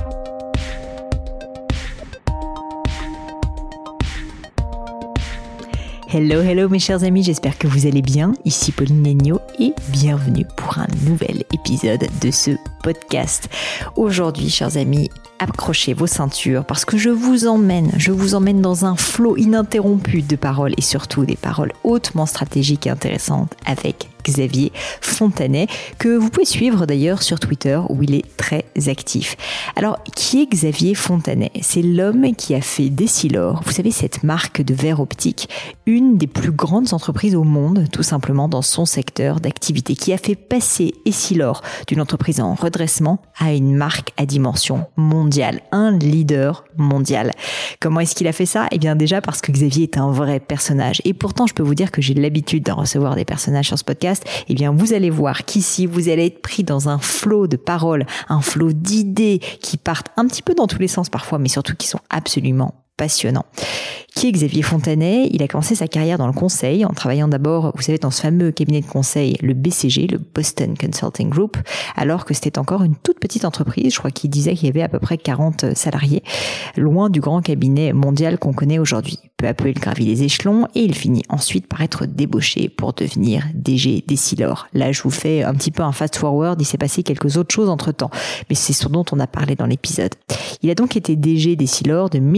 Hello mes chers amis, j'espère que vous allez bien. Ici Pauline Léniaud et bienvenue pour un nouvel épisode de ce podcast. Aujourd'hui, chers amis, accrochez vos ceintures parce que je vous emmène dans un flot ininterrompu de paroles et surtout des paroles hautement stratégiques et intéressantes avec Xavier Fontanet, que vous pouvez suivre d'ailleurs sur Twitter où il est très actif. Alors, qui est Xavier Fontanet ? C'est l'homme qui a fait d'Essilor, vous savez, cette marque de verre optique, une des plus grandes entreprises au monde, tout simplement dans son secteur d'activité, qui a fait passer Essilor d'une entreprise en redressement à une marque à dimension mondiale, un leader mondial. Comment est-ce qu'il a fait ça ? Eh bien déjà parce que Xavier est un vrai personnage. Et pourtant, je peux vous dire que j'ai l'habitude d'en recevoir des personnages sur ce podcast. Eh bien, vous allez voir qu'ici, vous allez être pris dans un flot de paroles, un flot d'idées qui partent un petit peu dans tous les sens parfois, mais surtout qui sont absolument passionnants. Qui est Xavier Fontanet ? Il a commencé sa carrière dans le conseil en travaillant d'abord, vous savez, dans ce fameux cabinet de conseil, le BCG, le Boston Consulting Group, alors que c'était encore une toute petite entreprise. Je crois qu'il disait qu'il y avait à peu près 40 salariés, loin du grand cabinet mondial qu'on connaît aujourd'hui. Peu à peu, il gravit les échelons et il finit ensuite par être débauché pour devenir DG d'Essilor. Là, je vous fais un petit peu un fast-forward, il s'est passé quelques autres choses entre-temps, mais c'est ce dont on a parlé dans l'épisode. Il a donc été DG d'Essilor de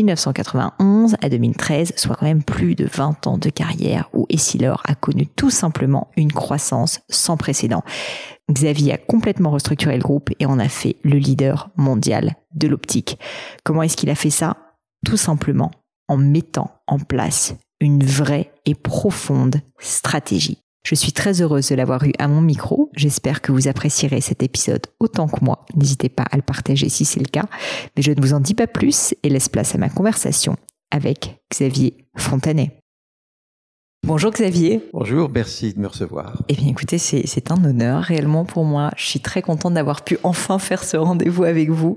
1991 à 2013, soit quand même plus de 20 ans de carrière où Essilor a connu tout simplement une croissance sans précédent. Xavier a complètement restructuré le groupe et en a fait le leader mondial de l'optique. Comment est-ce qu'il a fait ça ? Tout simplement en mettant en place une vraie et profonde stratégie. Je suis très heureuse de l'avoir eu à mon micro. J'espère que vous apprécierez cet épisode autant que moi. N'hésitez pas à le partager si c'est le cas. Mais je ne vous en dis pas plus et laisse place à ma conversation avec Xavier Fontanet. Bonjour Xavier. Bonjour, merci de me recevoir. Eh bien écoutez, c'est un honneur réellement pour moi. Je suis très contente d'avoir pu enfin faire ce rendez-vous avec vous.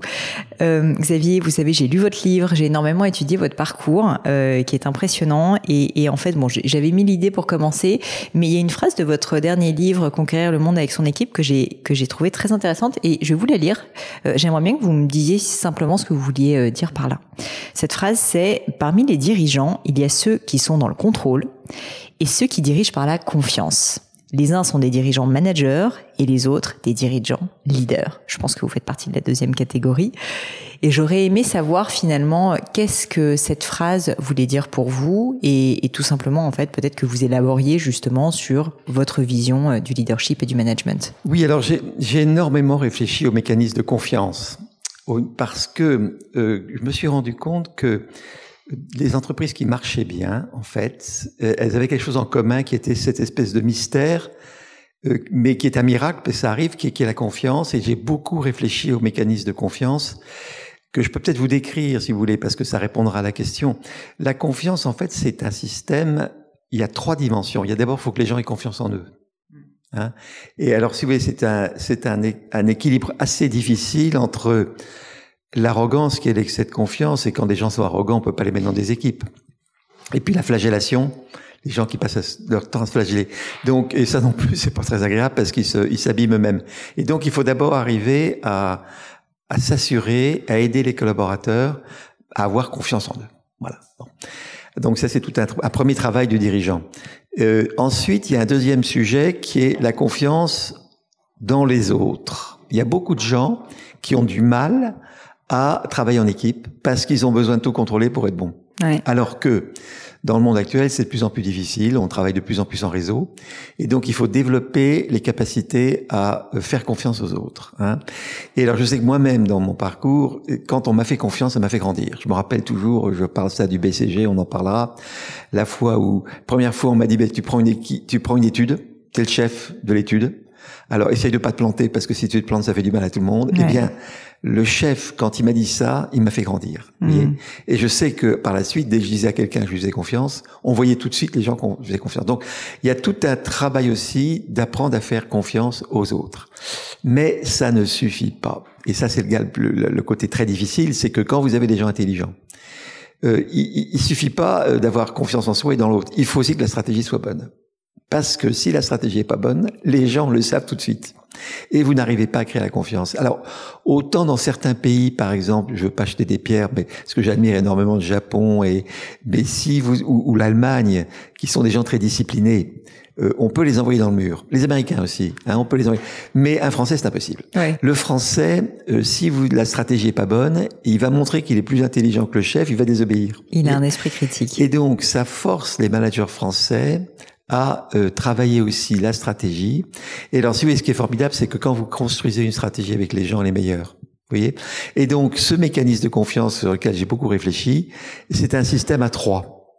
Xavier, vous savez, j'ai lu votre livre, j'ai énormément étudié votre parcours qui est impressionnant et en fait, bon, j'avais mis l'idée pour commencer, mais il y a une phrase de votre dernier livre, Conquérir le monde avec son équipe, que j'ai trouvé très intéressante et je vais vous la lire. J'aimerais bien que vous me disiez simplement ce que vous vouliez dire par là. Cette phrase, c'est « Parmi les dirigeants, il y a ceux qui sont dans le contrôle et ceux qui dirigent par la confiance. Les uns sont des dirigeants managers et les autres des dirigeants leaders. » Je pense que vous faites partie de la deuxième catégorie. Et j'aurais aimé savoir finalement qu'est-ce que cette phrase voulait dire pour vous et tout simplement en fait peut-être que vous élaboriez justement sur votre vision du leadership et du management. Oui, alors j'ai énormément réfléchi aux mécanismes de confiance parce que je me suis rendu compte que les entreprises qui marchaient bien, en fait, elles avaient quelque chose en commun qui était cette espèce de mystère, mais qui est un miracle, mais ça arrive, qui est la confiance. Et j'ai beaucoup réfléchi aux mécanismes de confiance que je peux peut-être vous décrire, si vous voulez, parce que ça répondra à la question. La confiance, en fait, c'est un système, il y a 3 dimensions. Il y a d'abord, il faut que les gens aient confiance en eux. Hein? Et alors, si vous voulez, c'est un équilibre assez difficile entre l'arrogance qui est l'excès de confiance, et quand des gens sont arrogants, on peut pas les mettre dans des équipes. Et puis la flagellation, les gens qui passent leur temps à se flageller. Donc, et ça non plus, c'est pas très agréable parce qu'ils s'abîment eux-mêmes. Et donc, il faut d'abord arriver à s'assurer, à aider les collaborateurs à avoir confiance en eux. Voilà. Bon. Donc ça, c'est tout un premier travail du dirigeant. Ensuite, il y a un deuxième sujet qui est la confiance dans les autres. Il y a beaucoup de gens qui ont du mal à travailler en équipe parce qu'ils ont besoin de tout contrôler pour être bons. Ouais. Alors que dans le monde actuel, c'est de plus en plus difficile, on travaille de plus en plus en réseau, et donc il faut développer les capacités à faire confiance aux autres. Hein. Et alors je sais que moi-même, dans mon parcours, quand on m'a fait confiance, ça m'a fait grandir. Je me rappelle toujours, je parle ça du BCG, on en parlera, première fois on m'a dit, tu prends une étude, t'es le chef de l'étude, alors essaye de pas te planter, parce que si tu te plantes, ça fait du mal à tout le monde. Ouais. Eh bien, le chef, quand il m'a dit ça, il m'a fait grandir. Et je sais que par la suite, dès que je disais à quelqu'un que je lui faisais confiance, on voyait tout de suite les gens qu'on faisait confiance. Donc, il y a tout un travail aussi d'apprendre à faire confiance aux autres. Mais ça ne suffit pas. Et ça, c'est le côté très difficile, c'est que quand vous avez des gens intelligents, il suffit pas d'avoir confiance en soi et dans l'autre. Il faut aussi que la stratégie soit bonne. Parce que si la stratégie est pas bonne, les gens le savent tout de suite. Et vous n'arrivez pas à créer la confiance. Alors, autant dans certains pays, par exemple, je veux pas jeter des pierres, mais ce que j'admire énormément du Japon mais si vous, ou l'Allemagne, qui sont des gens très disciplinés, on peut les envoyer dans le mur. Les Américains aussi, on peut les envoyer. Mais un Français, c'est impossible. Ouais. Le Français, si la stratégie est pas bonne, il va montrer qu'il est plus intelligent que le chef, il va désobéir. Il a un esprit critique. Et donc, ça force les managers français à travailler aussi la stratégie. Et alors, si vous voyez, ce qui est formidable, c'est que quand vous construisez une stratégie avec les gens les meilleurs, vous voyez. Et donc, ce mécanisme de confiance sur lequel j'ai beaucoup réfléchi, c'est un système à 3.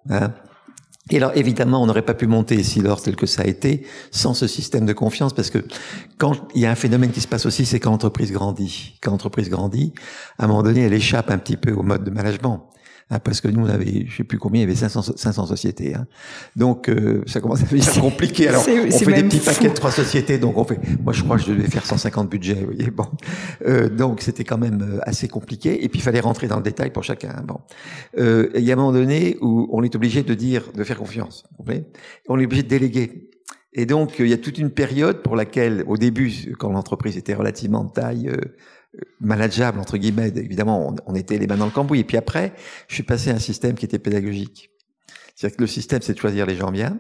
Et alors, évidemment, on n'aurait pas pu monter Essilor tel que ça a été sans ce système de confiance, parce que quand il y a un phénomène qui se passe aussi, c'est quand l'entreprise grandit. Quand l'entreprise grandit, à un moment donné, elle échappe un petit peu au mode de management. Parce que nous, on avait, je sais plus combien, il y avait 500 sociétés. Donc, ça commence à devenir compliqué. Alors, on fait des petits paquets de 3 sociétés, donc moi, je crois que je devais faire 150 budgets, vous voyez. Bon, donc c'était quand même assez compliqué. Et puis, il fallait rentrer dans le détail pour chacun. Bon, il y a un moment donné où on est obligé de faire confiance. Vous voyez, on est obligé de déléguer. Et donc, il y a toute une période pour laquelle, au début, quand l'entreprise était relativement de taille manageable, entre guillemets, évidemment, on était les mains dans le cambouis. Et puis après, je suis passé à un système qui était pédagogique. C'est-à-dire que le système, c'est de choisir les gens bien,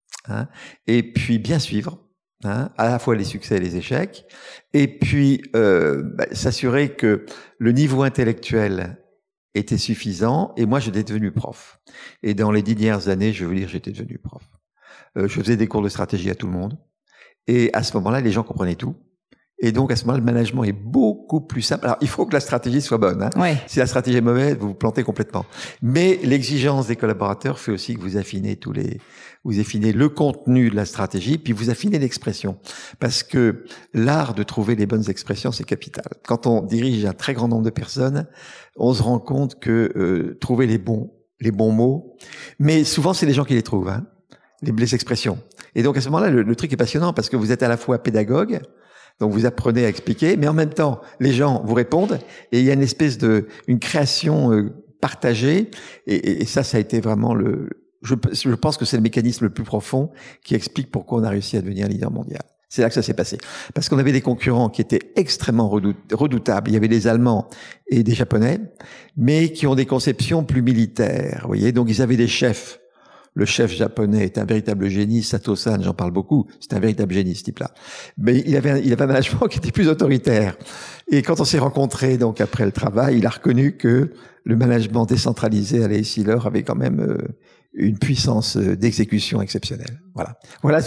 et puis bien suivre, à la fois les succès et les échecs, et puis s'assurer que le niveau intellectuel était suffisant, et moi, j'étais devenu prof. Et dans les 10 dernières années, je veux dire, j'étais devenu prof. Je faisais des cours de stratégie à tout le monde, et à ce moment-là, les gens comprenaient tout. Et donc, à ce moment-là, le management est beaucoup plus simple. Alors, il faut que la stratégie soit bonne. Ouais. Si la stratégie est mauvaise, vous vous plantez complètement. Mais l'exigence des collaborateurs fait aussi que vous affinez vous affinez le contenu de la stratégie, puis vous affinez l'expression. Parce que l'art de trouver les bonnes expressions, c'est capital. Quand on dirige un très grand nombre de personnes, on se rend compte que trouver les bons mots, mais souvent, c'est les gens qui les trouvent, les expressions. Et donc, à ce moment-là, le truc est passionnant parce que vous êtes à la fois pédagogue, donc vous apprenez à expliquer, mais en même temps, les gens vous répondent et il y a une espèce une création partagée. Et ça a été vraiment je pense que c'est le mécanisme le plus profond qui explique pourquoi on a réussi à devenir leader mondial. C'est là que ça s'est passé. Parce qu'on avait des concurrents qui étaient extrêmement redoutables. Il y avait des Allemands et des Japonais, mais qui ont des conceptions plus militaires. Vous voyez, donc ils avaient des chefs. Le chef japonais est un véritable génie, Sato-san, j'en parle beaucoup, c'est un véritable génie ce type-là. Mais il avait un management qui était plus autoritaire. Et quand on s'est rencontrés donc après le travail, il a reconnu que le management décentralisé à Essilor avait quand même une puissance d'exécution exceptionnelle. Voilà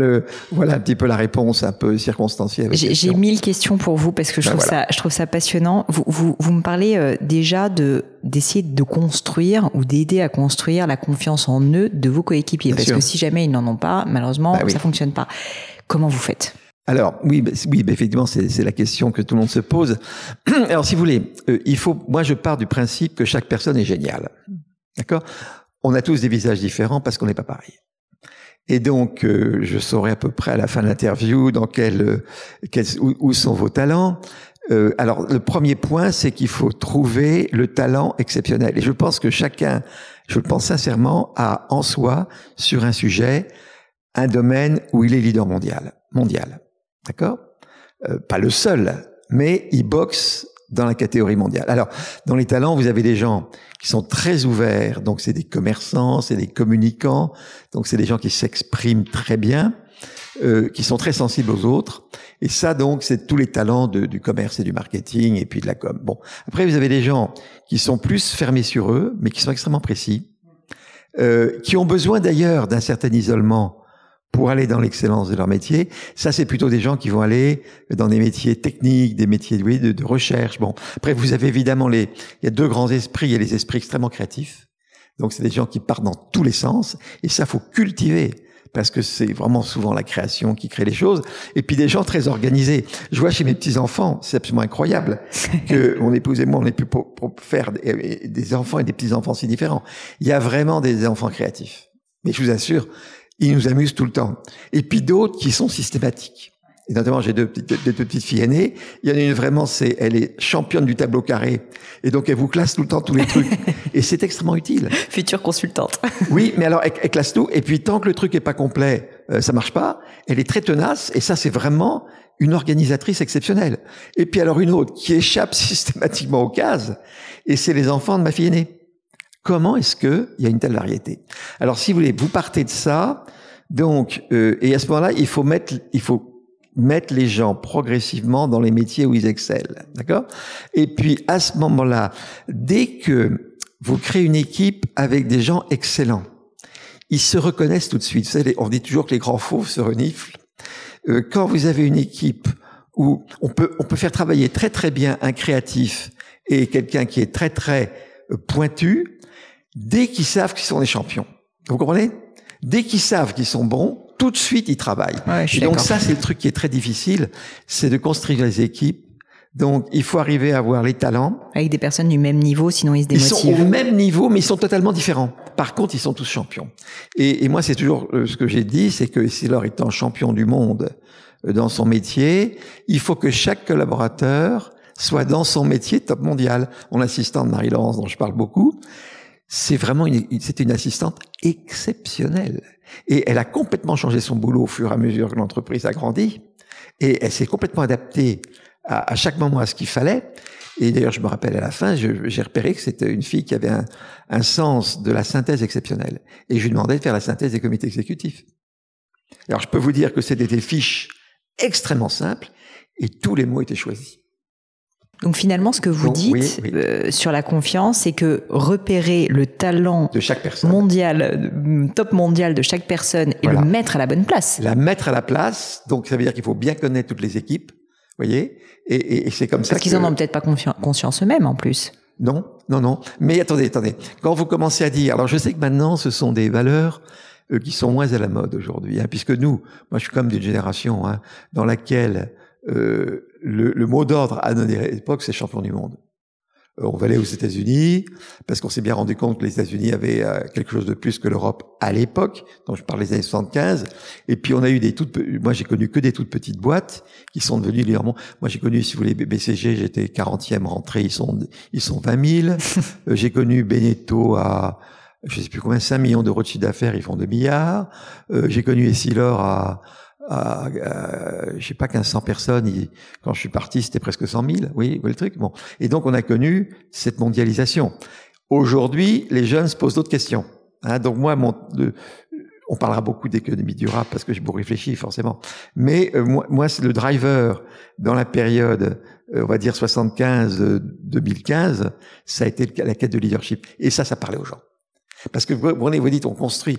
un petit peu la réponse un peu circonstancielle. J'ai 1000 questions pour vous parce que je trouve ça passionnant. Vous me parlez déjà d'essayer de construire ou d'aider à construire la confiance en eux de vos coéquipiers. Parce que si jamais ils n'en ont pas, malheureusement, ça fonctionne pas. Comment vous faites? Alors oui, effectivement, c'est la question que tout le monde se pose. Alors si vous voulez, moi je pars du principe que chaque personne est géniale. D'accord? On a tous des visages différents parce qu'on n'est pas pareil. Et donc, je saurai à peu près à la fin de l'interview où sont vos talents. Alors, le premier point, c'est qu'il faut trouver le talent exceptionnel. Et je pense que chacun, je le pense sincèrement, a en soi, sur un sujet, un domaine où il est leader mondial. D'accord? Pas le seul, mais il boxe dans la catégorie mondiale. Alors, dans les talents, vous avez des gens qui sont très ouverts, donc c'est des commerçants, c'est des communicants, donc c'est des gens qui s'expriment très bien, qui sont très sensibles aux autres. Et ça, donc, c'est tous les talents du commerce et du marketing et puis de la com. Bon, après, vous avez des gens qui sont plus fermés sur eux, mais qui sont extrêmement précis, qui ont besoin d'ailleurs d'un certain isolement pour aller dans l'excellence de leur métier. Ça, c'est plutôt des gens qui vont aller dans des métiers techniques, des métiers de recherche. Bon, après, vous avez évidemment il y a 2 grands esprits. Il y a les esprits extrêmement créatifs. Donc, c'est des gens qui partent dans tous les sens. Et ça, faut cultiver. Parce que c'est vraiment souvent la création qui crée les choses. Et puis des gens très organisés. Je vois chez mes petits-enfants, c'est absolument incroyable que mon épouse et moi, on ait pu pour faire des enfants et des petits-enfants si différents. Il y a vraiment des enfants créatifs. Mais je vous assure, ils nous amusent tout le temps. Et puis d'autres qui sont systématiques. Et notamment, j'ai deux petites filles aînées. Il y en a une vraiment, elle est championne du tableau carré. Et donc, elle vous classe tout le temps tous les trucs. Et c'est extrêmement utile. Future consultante. Oui, mais alors, elle classe tout. Et puis, tant que le truc est pas complet, ça marche pas. Elle est très tenace. Et ça, c'est vraiment une organisatrice exceptionnelle. Et puis alors une autre qui échappe systématiquement aux cases, et c'est les enfants de ma fille aînée. Comment est-ce qu'il y a une telle variété? Alors si vous voulez, vous partez de ça, donc, et à ce moment-là, il faut mettre les gens progressivement dans les métiers où ils excellent, d'accord? Et puis à ce moment-là, dès que vous créez une équipe avec des gens excellents, ils se reconnaissent tout de suite. Vous savez, on dit toujours que les grands fauves se reniflent. Quand vous avez une équipe où on peut faire travailler très très bien un créatif et quelqu'un qui est très très pointu, dès qu'ils savent qu'ils sont des champions. Vous comprenez? Dès qu'ils savent qu'ils sont bons, tout de suite ils travaillent. Ouais, et donc ça, c'est le truc qui est très difficile, c'est de construire les équipes. Donc, il faut arriver à avoir les talents. Avec des personnes du même niveau, sinon ils se démotivent. Ils sont au même niveau, mais ils sont totalement différents. Par contre, ils sont tous champions. Et moi, c'est toujours ce que j'ai dit, c'est que Essilor étant champion du monde dans son métier, il faut que chaque collaborateur soit dans son métier top mondial. Mon assistante Marie-Laurence, dont je parle beaucoup, c'est vraiment c'est une assistante exceptionnelle. Et elle a complètement changé son boulot au fur et à mesure que l'entreprise a grandi. Et elle s'est complètement adaptée à chaque moment à ce qu'il fallait. Et d'ailleurs, je me rappelle à la fin, j'ai repéré que c'était une fille qui avait un sens de la synthèse exceptionnel. Et je lui demandais de faire la synthèse des comités exécutifs. Alors, je peux vous dire que c'était des fiches extrêmement simples et tous les mots étaient choisis. Donc finalement, ce que vous dites sur la confiance, c'est que repérer le talent de chaque personne mondial, top mondial de chaque personne et le mettre à la bonne place. La mettre à la place, donc ça veut dire qu'il faut bien connaître toutes les équipes, voyez, et c'est comme ça. Parce qu'ils en ont peut-être pas conscience eux-mêmes en plus. Non. Mais attendez. Quand vous commencez à dire, alors je sais que maintenant ce sont des valeurs qui sont moins à la mode aujourd'hui, puisque moi je suis comme d'une génération dans laquelle le mot d'ordre à notre époque, c'est champion du monde. On va aller aux États-Unis parce qu'on s'est bien rendu compte que les États-Unis avaient quelque chose de plus que l'Europe à l'époque. Donc je parle des années 75. Et puis on a eu moi j'ai connu que des toutes petites boîtes qui sont devenues légèrement. Moi j'ai connu, si vous voulez, BCG, j'étais 40e rentré, ils sont 20 000. J'ai connu Beneteau à je sais plus combien, 5 millions d'euros de chiffre d'affaires, ils font 2 milliards. J'ai connu Essilor à je sais pas, 1500 personnes. Quand je suis parti, c'était presque 100 000. Oui, le truc. Bon. Et donc, on a connu cette mondialisation. Aujourd'hui, les jeunes se posent d'autres questions. Donc, moi, on parlera beaucoup d'économie durable parce que j'ai beaucoup réfléchi, forcément. Mais, moi, c'est le driver dans la période, on va dire 75-2015, ça a été la quête de leadership. Et ça parlait aux gens. Parce que vous dites, on construit,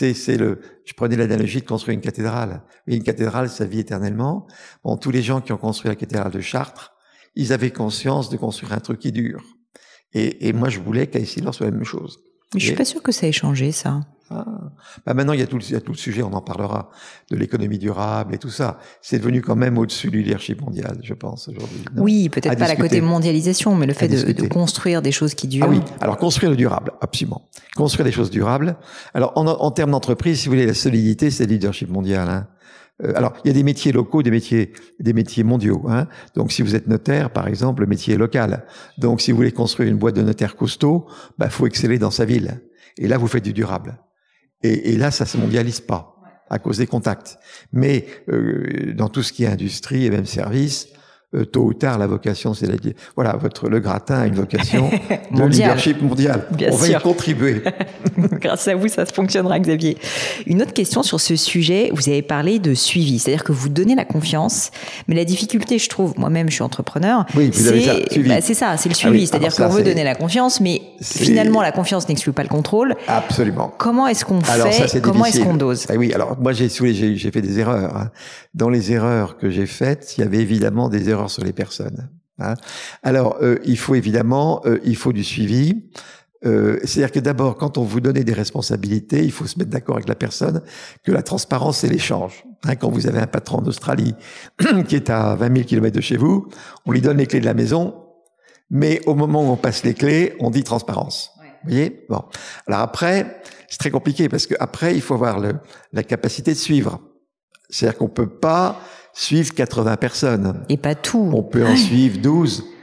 je prenais l'analogie de construire une cathédrale. Et une cathédrale, ça vit éternellement. Bon, tous les gens qui ont construit la cathédrale de Chartres, ils avaient conscience de construire un truc qui dure. Et moi, je voulais qu'à Essilor soit la même chose. Mais je suis pas sûre que ça ait changé, ça. Maintenant, il y a tout le sujet, on en parlera, de l'économie durable et tout ça. C'est devenu quand même au-dessus du leadership mondial, je pense, aujourd'hui. Oui, peut-être pas la côté mondialisation, mais le fait de construire des choses qui durent. Ah oui, alors construire le durable, absolument. Construire des choses durables. Alors, en termes d'entreprise, si vous voulez, la solidité, c'est le leadership mondial. Alors, il y a des métiers locaux, des métiers mondiaux. Donc, si vous êtes notaire, par exemple, le métier est local. Donc, si vous voulez construire une boîte de notaire costaud, faut exceller dans sa ville. Et là, vous faites du durable. Et là, ça se mondialise pas à cause des contacts. Mais dans tout ce qui est industrie et même service, tôt ou tard, la vocation, c'est le gratin a une vocation de leadership mondial. Bien On va sûr. y contribuer. Grâce à vous, ça se fonctionnera, Xavier. Une autre question sur ce sujet, vous avez parlé de suivi, c'est-à-dire que vous donnez la confiance, mais la difficulté, je trouve, moi-même, je suis entrepreneur, oui, c'est ça, c'est le suivi, c'est-à-dire qu'on veut donner la confiance, mais finalement, la confiance n'exclut pas le contrôle. Absolument. Comment est-ce qu'on fait? Comment est-ce qu'on dose? Oui, alors moi, j'ai fait des erreurs. Dans les erreurs que j'ai faites, il y avait évidemment des erreurs sur les personnes. Alors, il faut évidemment, il faut du suivi. C'est-à-dire que d'abord, quand on vous donne des responsabilités, il faut se mettre d'accord avec la personne que la transparence, c'est l'échange. Quand vous avez un patron d'Australie qui est à 20 000 km de chez vous, on lui donne les clés de la maison, mais au moment où on passe les clés, on dit transparence. Ouais. Vous voyez? Bon. Alors après, c'est très compliqué parce que après, il faut avoir la capacité de suivre. C'est-à-dire qu'on peut pas suivre 80 personnes. Et pas tout. On peut en suivre 12.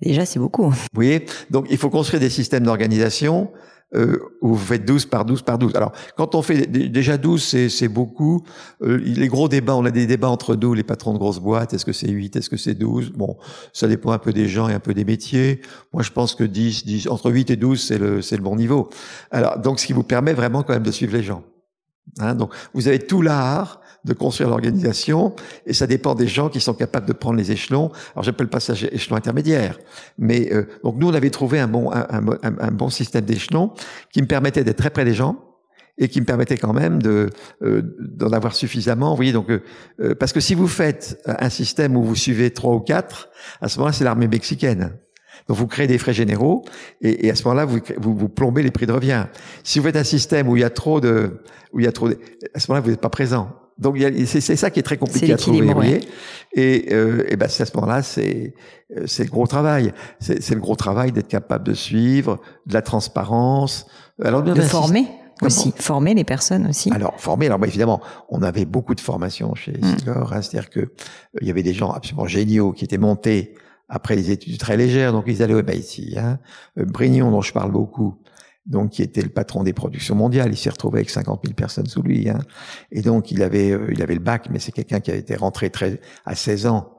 Déjà, c'est beaucoup. Vous voyez? Donc, il faut construire des systèmes d'organisation où vous faites 12 par 12 par 12. Alors, quand on fait déjà 12, c'est beaucoup. Les gros débats, on a des débats entre nous, les patrons de grosses boîtes. Est-ce que c'est 8? Est-ce que c'est 12? Bon, ça dépend un peu des gens et un peu des métiers. Moi, je pense que 10, entre 8 et 12, c'est le bon niveau. Alors, donc, ce qui vous permet vraiment quand même de suivre les gens. Hein, donc, vous avez tout l'art de construire l'organisation, et ça dépend des gens qui sont capables de prendre les échelons. Alors, j'appelle pas ça échelon intermédiaire, mais donc nous, on avait trouvé un bon système d'échelons qui me permettait d'être très près des gens et qui me permettait quand même d'en avoir suffisamment. Vous voyez, donc parce que si vous faites un système où vous suivez 3 ou 4, à ce moment-là, c'est l'armée mexicaine. Donc vous créez des frais généraux et à ce moment-là vous plombez les prix de revient. Si vous faites un système où il y a trop de à ce moment-là vous n'êtes pas présent. Donc c'est ça qui est très compliqué à trouver, vous voyez. Et ben c'est à ce moment-là c'est le gros travail. C'est le gros travail d'être capable de suivre, de la transparence. Alors de former aussi, former les personnes aussi. Alors former, alors bah, évidemment, on avait beaucoup de formations chez Essilor, hein, c'est-à-dire que il y avait des gens absolument géniaux qui étaient montés après les études très légères, donc ils allaient au MIT. Hein. Brignon, dont je parle beaucoup, donc qui était le patron des productions mondiales, il s'est retrouvé avec 50 000 personnes sous lui. Hein. Et donc il avait le bac, mais c'est quelqu'un qui a été rentré à 16 ans.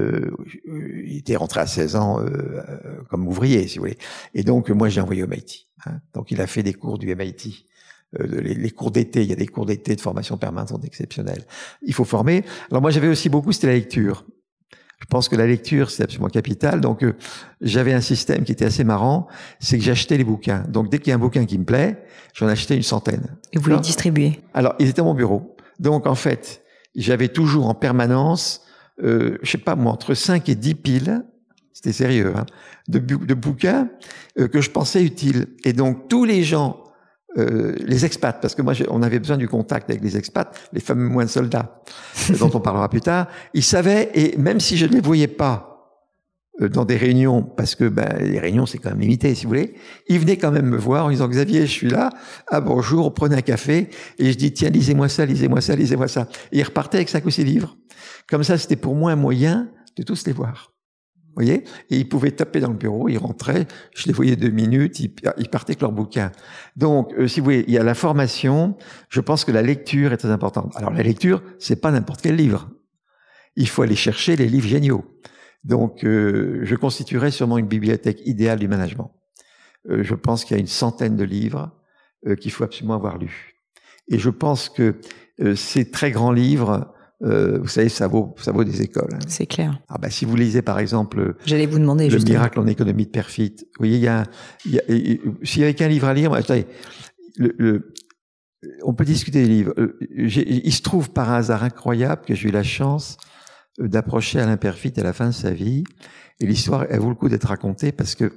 Il était rentré à 16 ans comme ouvrier, si vous voulez. Et donc moi j'ai envoyé au MIT. Hein. Donc il a fait des cours du MIT. Les cours d'été, il y a des cours d'été de formation permanente exceptionnels. Il faut former. Alors moi j'avais aussi beaucoup, c'était la lecture. Je pense que la lecture, c'est absolument capital. Donc, j'avais un système qui était assez marrant, c'est que j'achetais les bouquins. Donc, dès qu'il y a un bouquin qui me plaît, j'en achetais une centaine. Et vous les distribuez? Alors, ils étaient à mon bureau. Donc, en fait, j'avais toujours en permanence, je sais pas moi, entre 5 et 10 piles, c'était sérieux, hein, de bouquins que je pensais utiles. Et donc, tous les gens, les expats, parce que moi, on avait besoin du contact avec les expats, les fameux moines soldats, dont on parlera plus tard. Ils savaient, et même si je ne les voyais pas dans des réunions, parce que les réunions, c'est quand même limité, si vous voulez, ils venaient quand même me voir en disant « Xavier, je suis là, ah bonjour, on prenait un café, et je dis « Tiens, lisez-moi ça, lisez-moi ça, lisez-moi ça ». Et ils repartaient avec 5 ou 6 livres. Comme ça, c'était pour moi un moyen de tous les voir. Vous voyez? Et ils pouvaient taper dans le bureau, ils rentraient, je les voyais 2 minutes, ils partaient avec leur bouquin. Donc, si vous voyez, il y a la formation, je pense que la lecture est très importante. Alors, la lecture, c'est pas n'importe quel livre. Il faut aller chercher les livres géniaux. Donc, je constituerai sûrement une bibliothèque idéale du management. Je pense qu'il y a une centaine de livres qu'il faut absolument avoir lus. Et je pense que ces très grands livres, vous savez, ça vaut des écoles. Hein. C'est clair. Ah ben, si vous lisez par exemple, j'allais vous demander Le miracle en économie de Perfit, vous voyez, s'il y avait qu'un livre à lire, attendez, on peut discuter des livres. Il se trouve par un hasard incroyable que j'ai eu la chance d'approcher Alain Perfit à la fin de sa vie, et l'histoire, elle vaut le coup d'être racontée parce que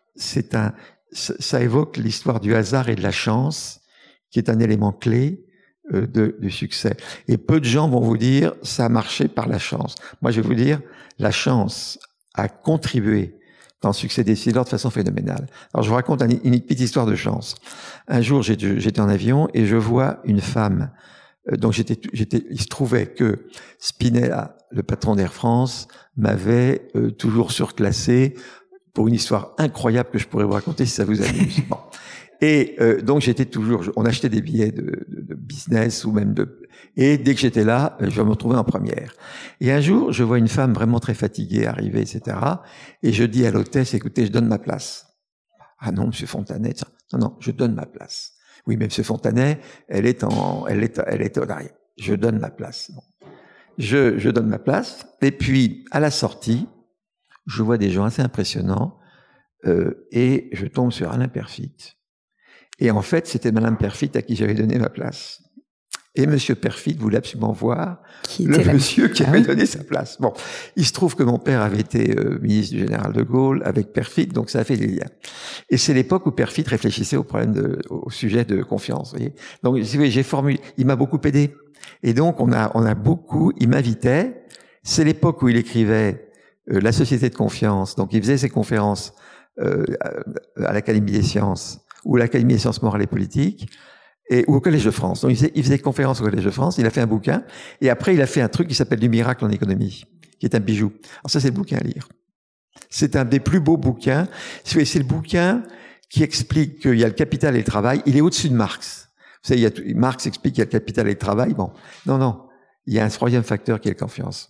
ça évoque l'histoire du hasard et de la chance, qui est un élément clé du succès. Et peu de gens vont vous dire ça a marché par la chance. Moi, je vais vous dire la chance a contribué dans le succès d'Essilor de façon phénoménale. Alors, je vous raconte une petite histoire de chance. Un jour, j'étais en avion et je vois une femme. Donc, il se trouvait que Spinella, le patron d'Air France, m'avait toujours surclassé pour une histoire incroyable que je pourrais vous raconter si ça vous amuse. Bon. Et donc j'étais toujours, on achetait des billets de business ou même et dès que j'étais là, je me retrouvais en première. Et un jour, je vois une femme vraiment très fatiguée arriver, etc. Et je dis à l'hôtesse, écoutez, je donne ma place. Ah non, Monsieur Fontanet, non, je donne ma place. Oui, mais Monsieur Fontanet, elle est en arrière. Je donne ma place. Bon. Je donne ma place. Et puis à la sortie, je vois des gens assez impressionnants et je tombe sur Alain Perfit. Et en fait, c'était Madame Perfit à qui j'avais donné ma place. Et Monsieur Perfit voulait absolument voir le monsieur qui avait donné sa place. Bon, il se trouve que mon père avait été ministre du général de Gaulle avec Perfit, donc ça a fait des liens. Et c'est l'époque où Perfit réfléchissait au sujet de confiance. Vous voyez. Donc, si vous voyez, il m'a beaucoup aidé. Et donc, on a beaucoup. Il m'invitait. C'est l'époque où il écrivait La Société de confiance. Donc, il faisait ses conférences à l'Académie des sciences ou l'Académie des sciences morales et politiques, ou au Collège de France. Donc, il faisait conférence au Collège de France, il a fait un bouquin, et après, il a fait un truc qui s'appelle Du miracle en économie, qui est un bijou. Alors ça, c'est le bouquin à lire. C'est un des plus beaux bouquins. C'est le bouquin qui explique qu'il y a le capital et le travail. Il est au-dessus de Marx. Vous savez, Marx explique qu'il y a le capital et le travail. Bon, non. Il y a un troisième facteur qui est la confiance.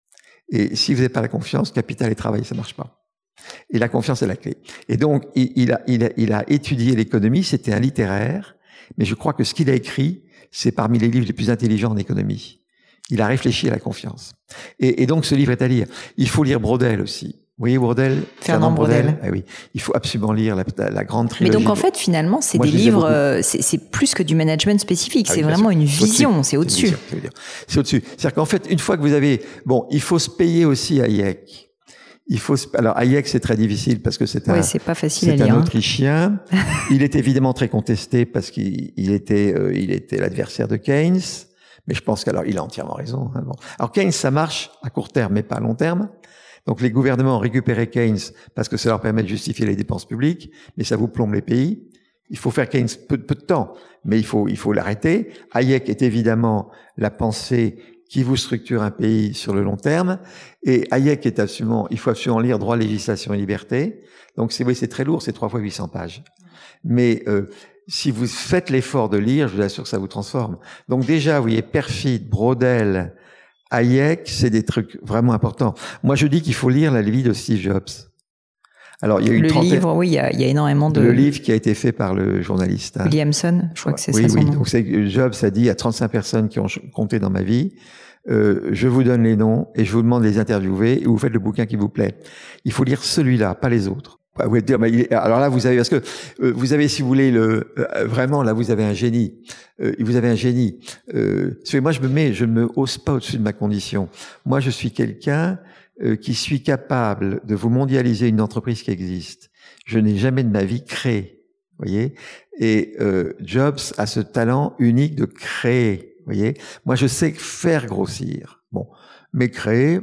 Et si vous n'avez pas la confiance, capital et travail, ça marche pas. Et la confiance est la clé. Et donc, il a étudié l'économie. C'était un littéraire. Mais je crois que ce qu'il a écrit, c'est parmi les livres les plus intelligents en économie. Il a réfléchi à la confiance. Et donc, ce livre est à lire. Il faut lire Braudel aussi. Vous voyez Braudel, Fernand Braudel. Ah oui, il faut absolument lire la grande trilogie. Mais donc en fait, finalement, c'est des livres, c'est plus que du management spécifique, c'est vraiment une vision, c'est au-dessus. C'est au-dessus. C'est-à-dire qu'en fait, une fois que vous avez, il faut se payer aussi à Hayek. Alors Hayek, c'est très difficile parce que c'est pas facile à lire. C'est un Autrichien. Il est évidemment très contesté parce qu'il était l'adversaire de Keynes. Mais je pense qu'alors il a entièrement raison. Hein. Bon. Alors Keynes, ça marche à court terme, mais pas à long terme. Donc les gouvernements ont récupéré Keynes parce que ça leur permet de justifier les dépenses publiques, mais ça vous plombe les pays. Il faut faire Keynes peu de temps, mais il faut l'arrêter. Hayek est évidemment la pensée qui vous structure un pays sur le long terme. Et Hayek est il faut absolument lire Droit, législation et liberté. Donc c'est très lourd, c'est 3 fois 800 pages. Mais si vous faites l'effort de lire, je vous assure que ça vous transforme. Donc déjà, vous voyez, Perfit, Braudel, Hayek, c'est des trucs vraiment importants. Moi, je dis qu'il faut lire la vie de Steve Jobs. Alors, il y a eu le livre, oui, il y a énormément de... Le livre qui a été fait par le journaliste. Williamson, je crois que c'est ça son nom. Donc, Jobs a dit à 35 personnes qui ont compté dans ma vie, je vous donne les noms et je vous demande de les interviewer et vous faites le bouquin qui vous plaît. Il faut lire celui-là, pas les autres. Alors là, vous avez, parce que vous avez, si vous voulez, vraiment, là, vous avez un génie. Vous avez un génie. Moi, je ne me hausse pas au-dessus de ma condition. Moi, je suis quelqu'un qui suis capable de vous mondialiser une entreprise qui existe. Je n'ai jamais de ma vie créé, voyez. Et Jobs a ce talent unique de créer, voyez. Moi, je sais faire grossir. Bon, mais créer,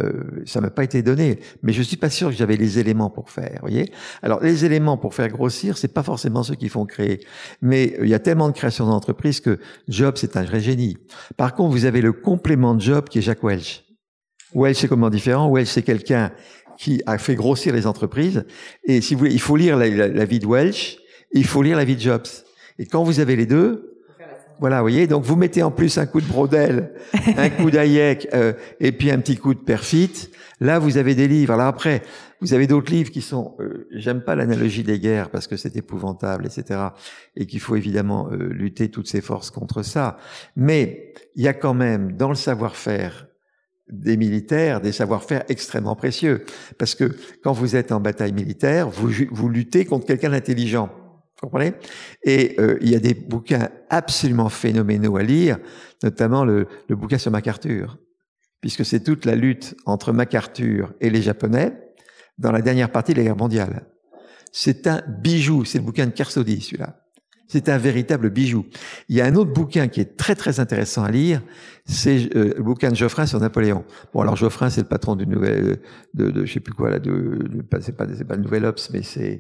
ça m'a pas été donné, mais je suis pas sûr que j'avais les éléments pour faire, voyez. Alors les éléments pour faire grossir, c'est pas forcément ceux qui font créer, mais il y a tellement de création d'entreprises que Jobs est un vrai génie. Par contre, vous avez le complément de Jobs qui est Jack Welch. Welch c'est comment différent. Welch c'est quelqu'un qui a fait grossir les entreprises, et si vous voulez, il faut lire la vie de Welch, et il faut lire la vie de Jobs. Et quand vous avez les deux, voilà, vous voyez, donc vous mettez en plus un coup de Braudel, un coup d'Hayek, et puis un petit coup de Perfit. Là, vous avez des livres. Alors après, vous avez d'autres livres qui sont... j'aime pas l'analogie des guerres parce que c'est épouvantable, etc. Et qu'il faut évidemment lutter toutes ses forces contre ça. Mais il y a quand même, dans le savoir-faire des militaires, des savoir-faire extrêmement précieux. Parce que quand vous êtes en bataille militaire, vous luttez contre quelqu'un d'intelligent. Vous comprenez? Et il y a des bouquins absolument phénoménaux à lire, notamment le bouquin sur MacArthur, puisque c'est toute la lutte entre MacArthur et les Japonais dans la dernière partie de la guerre mondiale. C'est un bijou, c'est le bouquin de Kersaudy, celui-là. C'est un véritable bijou. Il y a un autre bouquin qui est très très intéressant à lire, c'est le bouquin de Geoffrin sur Napoléon. Bon, alors Geoffrin, c'est le patron d'une nouvelle, je sais plus quoi là, c'est pas le Nouvel Obs, mais c'est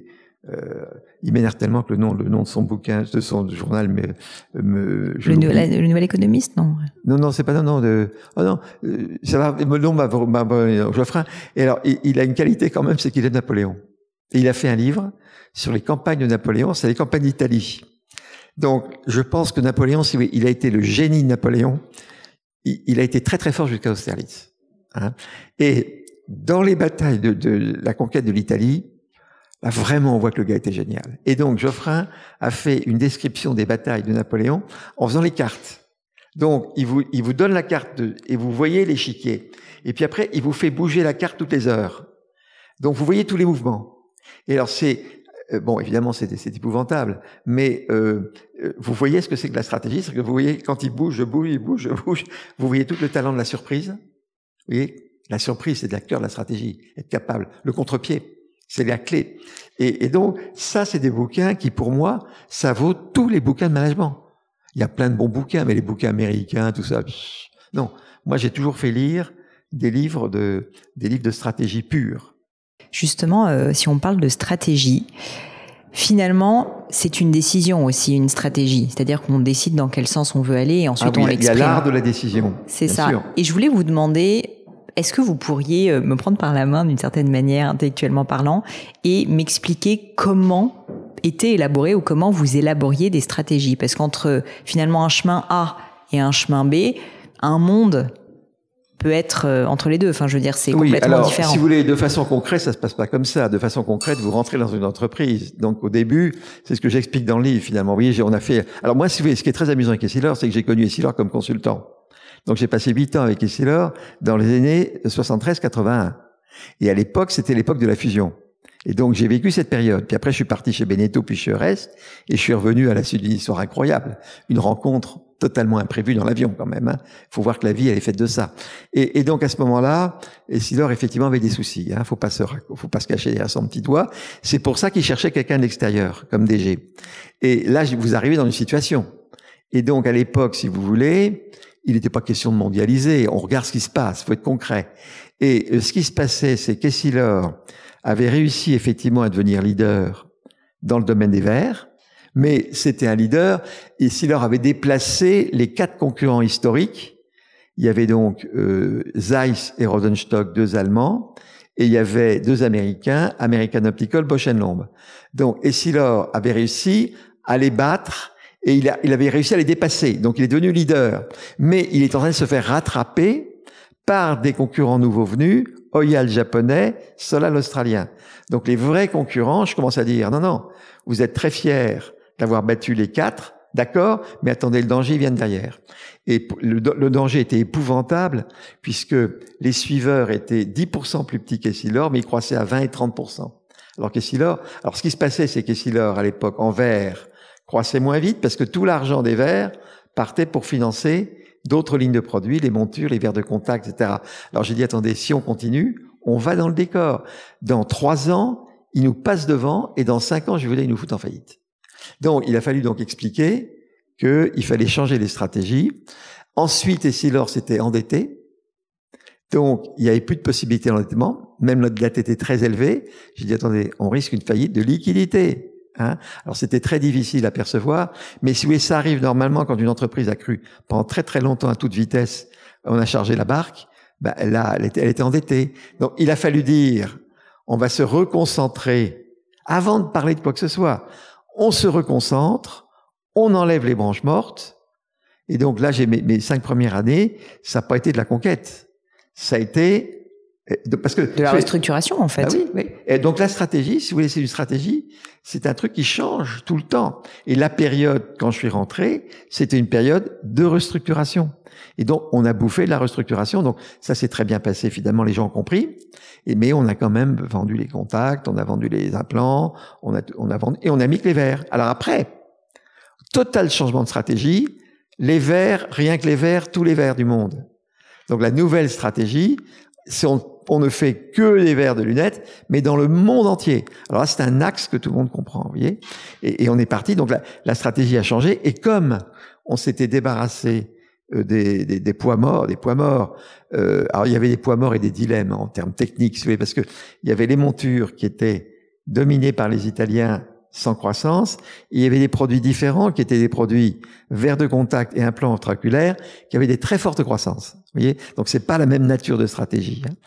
il m'énerve tellement que le nom de son bouquin, de son journal, le Nouvel Économiste, non? Non, c'est pas ça va. Le nom m'a Geoffrin. Et alors, il a une qualité quand même, c'est qu'il est de Napoléon. Et il a fait un livre sur les campagnes de Napoléon, c'est les campagnes d'Italie. Donc, je pense que Napoléon, il a été le génie de Napoléon. Il a été très très fort jusqu'à Austerlitz. Hein. Et dans les batailles de la conquête de l'Italie, là, vraiment, on voit que le gars était génial. Et donc, Geoffrin a fait une description des batailles de Napoléon en faisant les cartes. Donc, il vous donne la carte et vous voyez l'échiquier. Et puis après, il vous fait bouger la carte toutes les heures. Donc, vous voyez tous les mouvements. Et alors, bon, évidemment, c'est épouvantable. Mais vous voyez ce que c'est que la stratégie. C'est que vous voyez, quand il bouge, je bouge, il bouge, je bouge. Vous voyez tout le talent de la surprise. Vous voyez, la surprise, c'est de la cœur de la stratégie. Être capable. Le contre-pied. C'est la clé. Et donc, ça, c'est des bouquins qui, pour moi, ça vaut tous les bouquins de management. Il y a plein de bons bouquins, mais les bouquins américains, tout ça, non. Moi, j'ai toujours fait lire des livres de stratégie pure. Justement, si on parle de stratégie, finalement, c'est une décision aussi, une stratégie. C'est-à-dire qu'on décide dans quel sens on veut aller et ensuite on l'exprime. Il y a l'art de la décision. C'est ça. Sûr. Et je voulais vous demander... Est-ce que vous pourriez me prendre par la main d'une certaine manière, intellectuellement parlant, et m'expliquer comment étaient élaborées ou comment vous élaboriez des stratégies? Parce qu'entre finalement un chemin A et un chemin B, un monde peut être entre les deux. Enfin, je veux dire, c'est complètement différent. Si vous voulez, de façon concrète, ça se passe pas comme ça. De façon concrète, vous rentrez dans une entreprise. Donc, au début, c'est ce que j'explique dans le livre, finalement. Vous voyez, on a fait... Alors moi, si vous voulez, ce qui est très amusant avec Essilor, c'est que j'ai connu Essilor comme consultant. Donc, j'ai passé 8 ans avec Essilor dans les années 73-81. Et à l'époque, c'était l'époque de la fusion. Et donc, j'ai vécu cette période. Puis après, je suis parti chez Beneteau, puis chez Eurest, et je suis revenu à la suite d'une histoire incroyable. Une rencontre totalement imprévue dans l'avion, quand même. Hein. Faut voir que la vie, elle est faite de ça. Et donc, à ce moment-là, Essilor, effectivement, avait des soucis. Hein. Faut pas se cacher derrière son petit doigt. C'est pour ça qu'il cherchait quelqu'un de l'extérieur, comme DG. Et là, vous arrivez dans une situation. Et donc, à l'époque, si vous voulez, il n'était pas question de mondialiser. On regarde ce qui se passe. Faut être concret. Et ce qui se passait, c'est qu'Essilor avait réussi effectivement à devenir leader dans le domaine des verres, mais c'était un leader, et Essilor avait déplacé les 4 concurrents historiques. Il y avait donc Zeiss et Rosenstock, 2 Allemands, et il y avait 2 Américains, American Optical, Bausch & Lomb. Donc Essilor avait réussi à les battre, et il avait réussi à les dépasser. Donc il est devenu leader, mais il est en train de se faire rattraper par des concurrents nouveaux venus, Oya le japonais, Solal l'australien. Donc les vrais concurrents, je commence à dire, non, vous êtes très fiers d'avoir battu les 4, d'accord, mais attendez, le danger vient de derrière. Et le danger était épouvantable, puisque les suiveurs étaient 10% plus petits qu'Essilor, mais ils croissaient à 20 et 30%. Alors ce qui se passait, c'est qu'Essilor, à l'époque, en verre, croissait moins vite, parce que tout l'argent des verres partait pour financer d'autres lignes de produits, les montures, les verres de contact, etc. Alors j'ai dit, attendez, si on continue, on va dans le décor. Dans 3 ans, ils nous passent devant, et dans 5 ans, je voulais, ils nous foutent en faillite. Donc, il a fallu donc expliquer qu'il fallait changer les stratégies. Ensuite, Essilor s'était endetté. Donc, il n'y avait plus de possibilité d'endettement. Même notre dette était très élevée. J'ai dit, attendez, on risque une faillite de liquidité. Hein. Alors c'était très difficile à percevoir, mais si vous voulez, ça arrive normalement quand une entreprise a cru pendant très très longtemps à toute vitesse, on a chargé la barque, là elle était endettée. Donc il a fallu dire, on va se reconcentrer avant de parler de quoi que ce soit. On se reconcentre, on enlève les branches mortes, et donc là j'ai mes 5 premières années, ça n'a pas été de la conquête, ça a été parce que de la restructuration, en fait. Oui. Et donc la stratégie, si vous voulez, c'est une stratégie, c'est un truc qui change tout le temps. Et la période, quand je suis rentré, c'était une période de restructuration. Et donc on a bouffé de la restructuration. Donc ça s'est très bien passé, finalement, les gens ont compris. Mais on a quand même vendu les contacts, on a vendu les implants, on a vendu et on a mis que les verres. Alors après, total changement de stratégie. Les verres, rien que les verres, tous les verres du monde. Donc la nouvelle stratégie, c'est on ne fait que les verres de lunettes, mais dans le monde entier. Alors là, c'est un axe que tout le monde comprend, vous voyez. Et on est parti. Donc la stratégie a changé. Et comme on s'était débarrassé des poids morts, alors il y avait des poids morts et des dilemmes en termes techniques, si vous voulez, parce que il y avait les montures qui étaient dominées par les Italiens sans croissance. Et il y avait des produits différents qui étaient des produits verres de contact et implants intraoculaires qui avaient des très fortes croissances. Vous voyez, donc c'est pas la même nature de stratégie. Hein.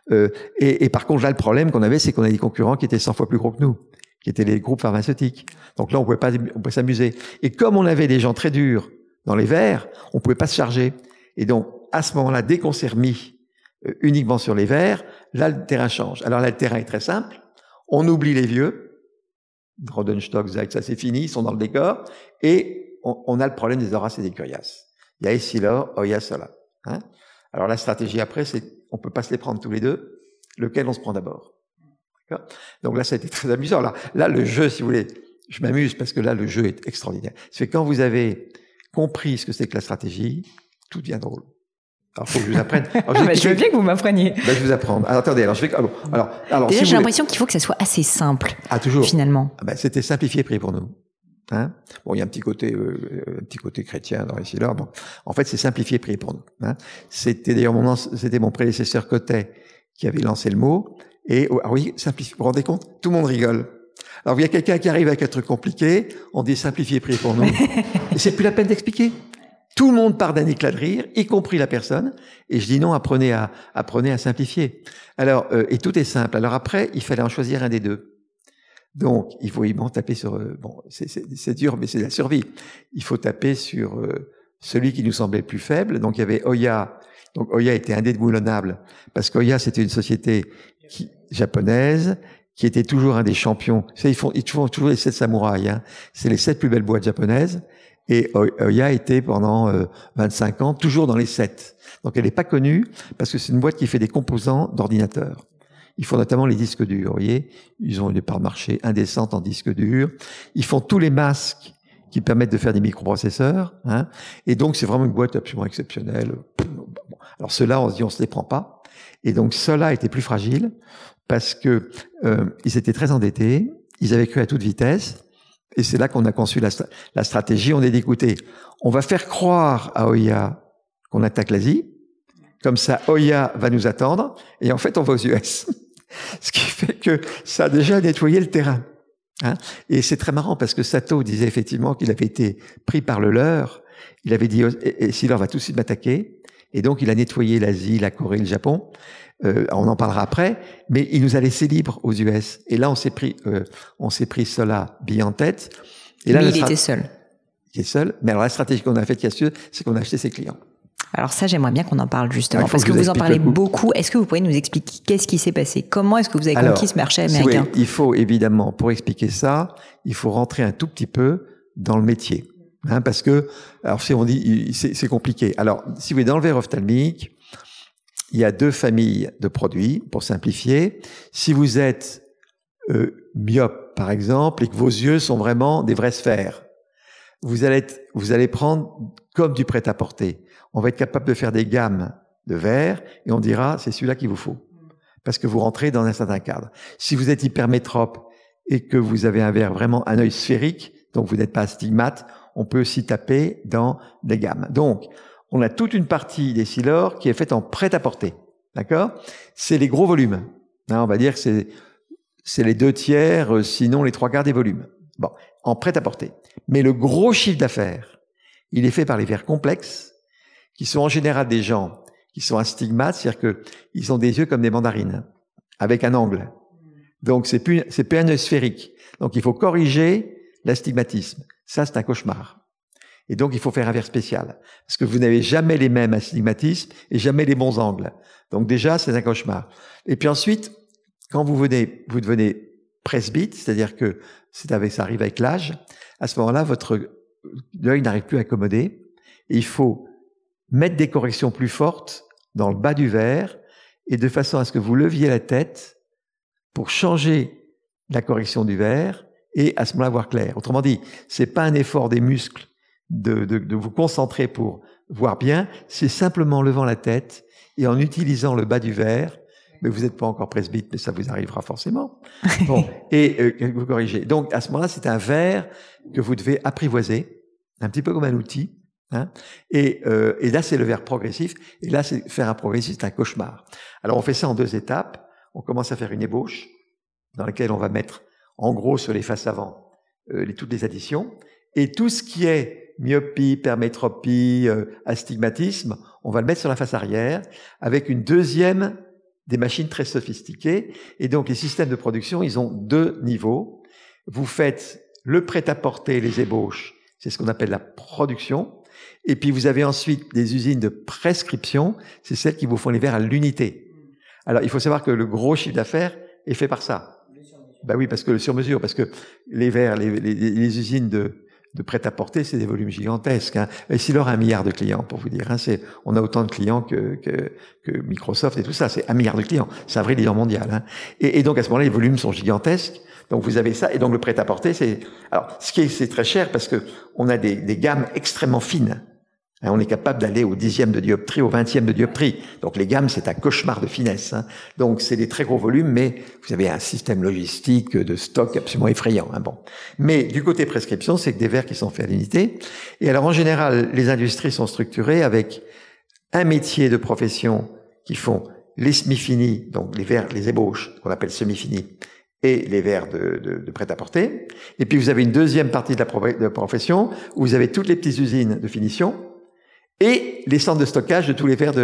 Et par contre, là, le problème qu'on avait, c'est qu'on a des concurrents qui étaient 100 fois plus gros que nous, qui étaient les groupes pharmaceutiques. Donc là, on pouvait s'amuser. Et comme on avait des gens très durs dans les verres, on pouvait pas se charger. Et donc, à ce moment-là, dès qu'on s'est remis uniquement sur les verres, là, le terrain change. Alors là, le terrain est très simple. On oublie les vieux. Rodenstock, Zeiss, ça c'est fini, ils sont dans le décor. Et on a le problème des Horace et des Curias. Il y a Essilor, Oya, Solal. Hein. Alors la stratégie après, c'est on peut pas se les prendre tous les deux. Lequel on se prend d'abord? D'accord. Donc là, ça a été très amusant. Là, le jeu, si vous voulez, je m'amuse parce que là, le jeu est extraordinaire. C'est quand vous avez compris ce que c'est que la stratégie, tout devient drôle. Alors, faut que je vous apprenne. Alors, je veux bien que vous m'appreniez. Je vais vous apprendre. Alors, attendez, alors je vais. Alors, déjà, j'ai l'impression qu'il faut que ça soit assez simple. Ah, toujours. Finalement. C'était simplifié prix pour nous. Hein. Bon, il y a un petit côté chrétien dans Essilor. Bon, en fait, c'est simplifié prix pour nous. Hein. C'était d'ailleurs c'était mon prédécesseur Cotet qui avait lancé le mot. Et oui, simplifié. Vous vous rendez compte? Tout le monde rigole. Alors, il y a quelqu'un qui arrive avec un truc compliqué. On dit simplifié prix pour nous. Et c'est plus la peine d'expliquer. Tout le monde part d'un éclat de rire, y compris la personne. Et je dis non, apprenez à simplifier. Alors, et tout est simple. Alors après, il fallait en choisir un des deux. Donc, il faut taper sur... bon, c'est dur, mais c'est la survie. Il faut taper sur celui qui nous semblait le plus faible. Donc, il y avait Oya. Donc, Oya était indéboulonnable parce qu'Oya, c'était une société japonaise qui était toujours un des champions. Ils font toujours les 7 samouraïs. Hein. C'est les 7 plus belles boîtes japonaises. Et Oya était pendant 25 ans toujours dans les 7. Donc, elle n'est pas connue parce que c'est une boîte qui fait des composants d'ordinateurs. Ils font notamment les disques durs, vous voyez. Ils ont une part de marché indécente en disques durs. Ils font tous les masques qui permettent de faire des microprocesseurs. Hein. Et donc, c'est vraiment une boîte absolument exceptionnelle. Alors, ceux-là, on se dit, on se les prend pas. Et donc, ceux-là étaient plus fragiles parce que ils étaient très endettés. Ils avaient cru à toute vitesse. Et c'est là qu'on a conçu la stratégie. On est dit, écoutez, on va faire croire à Oya qu'on attaque l'Asie. Comme ça, Oya va nous attendre. Et en fait, on va aux US. Ce qui fait que ça a déjà nettoyé le terrain. Hein. Et c'est très marrant parce que Sato disait effectivement qu'il avait été pris par le leurre. Il avait dit, et Sealor va tout de suite m'attaquer. Et donc, il a nettoyé l'Asie, la Corée, le Japon. On en parlera après. Mais il nous a laissé libres aux US. Et là, on s'est pris cela bien en tête. Et là, mais il était seul. Il est seul. Mais alors, la stratégie qu'on a faite, c'est qu'on a acheté ses clients. Alors ça, j'aimerais bien qu'on en parle justement, parce que vous en parlez beaucoup. Est-ce que vous pouvez nous expliquer qu'est-ce qui s'est passé? Comment est-ce que vous avez conquis ce marché américain? Oui, il faut évidemment, pour expliquer ça, il faut rentrer un tout petit peu dans le métier. Hein, parce que, alors si on dit, c'est compliqué. Alors, si vous voulez, dans le verre ophtalmique, il y a 2 familles de produits, pour simplifier. Si vous êtes myope, par exemple, et que vos yeux sont vraiment des vraies sphères, vous allez prendre comme du prêt-à-porter. On va être capable de faire des gammes de verres et on dira c'est celui-là qu'il vous faut parce que vous rentrez dans un certain cadre. Si vous êtes hypermétrope et que vous avez un verre vraiment un œil sphérique, donc vous n'êtes pas astigmate, on peut aussi taper dans des gammes. Donc, on a toute une partie des Sealor qui est faite en prêt-à-porter, d'accord? C'est les gros volumes. Hein, on va dire que c'est les 2/3, sinon les 3/4 des volumes. Bon, en prêt-à-porter. Mais le gros chiffre d'affaires, il est fait par les verres complexes qui sont en général des gens qui sont astigmates, c'est-à-dire que ils ont des yeux comme des mandarines, avec un angle. Donc c'est plus un œil sphérique. Donc il faut corriger l'astigmatisme. Ça, c'est un cauchemar. Et donc il faut faire un verre spécial. Parce que vous n'avez jamais les mêmes astigmatismes et jamais les bons angles. Donc déjà, c'est un cauchemar. Et puis ensuite, quand vous devenez presbyte, c'est-à-dire que ça arrive avec l'âge, à ce moment-là, votre œil n'arrive plus à accommoder. Et il faut mettre des corrections plus fortes dans le bas du verre et de façon à ce que vous leviez la tête pour changer la correction du verre et à ce moment-là voir clair. Autrement dit, c'est pas un effort des muscles de vous concentrer pour voir bien, c'est simplement en levant la tête et en utilisant le bas du verre. Mais vous n'êtes pas encore presbyte, mais ça vous arrivera forcément. Bon, et vous corrigez. Donc à ce moment-là, c'est un verre que vous devez apprivoiser, un petit peu comme un outil. Hein, et là, c'est le verre progressif. Et là, faire un progressif, c'est un cauchemar. Alors, on fait ça en 2 étapes. On commence à faire une ébauche dans laquelle on va mettre, en gros, sur les faces avant, toutes les additions. Et tout ce qui est myopie, hypermétropie, astigmatisme, on va le mettre sur la face arrière avec une deuxième des machines très sophistiquées. Et donc, les systèmes de production, ils ont 2 niveaux. Vous faites le prêt-à-porter, les ébauches. C'est ce qu'on appelle la production. Et puis, vous avez ensuite des usines de prescription. C'est celles qui vous font les verres à l'unité. Alors, il faut savoir que le gros chiffre d'affaires est fait par ça. Ben oui, parce que le sur-mesure, parce que les verres, les usines de prêt-à-porter, c'est des volumes gigantesques. Hein. Et Sealor a 1 milliard de clients, pour vous dire. Hein. On a autant de clients que Microsoft et tout ça. C'est 1 milliard de clients. C'est un vrai leader mondial. Hein. Et donc, à ce moment-là, les volumes sont gigantesques. Donc, vous avez ça. Et donc, le prêt-à-porter, alors, c'est très cher parce que on a des gammes extrêmement fines. Hein, on est capable d'aller au 10e de dioptrie, au 20e de dioptrie. Donc, les gammes, c'est un cauchemar de finesse. Hein. Donc, c'est des très gros volumes, mais vous avez un système logistique de stock absolument effrayant. Hein, bon. Mais du côté prescription, c'est que des verres qui sont faits à l'unité. Et alors, en général, les industries sont structurées avec un métier de profession qui font les semi-finis, donc les verres, les ébauches, qu'on appelle semi-finis, et les verres de prêt-à-porter. Et puis, vous avez une deuxième partie de la profession où vous avez toutes les petites usines de finition. et les centres de stockage de tous les verres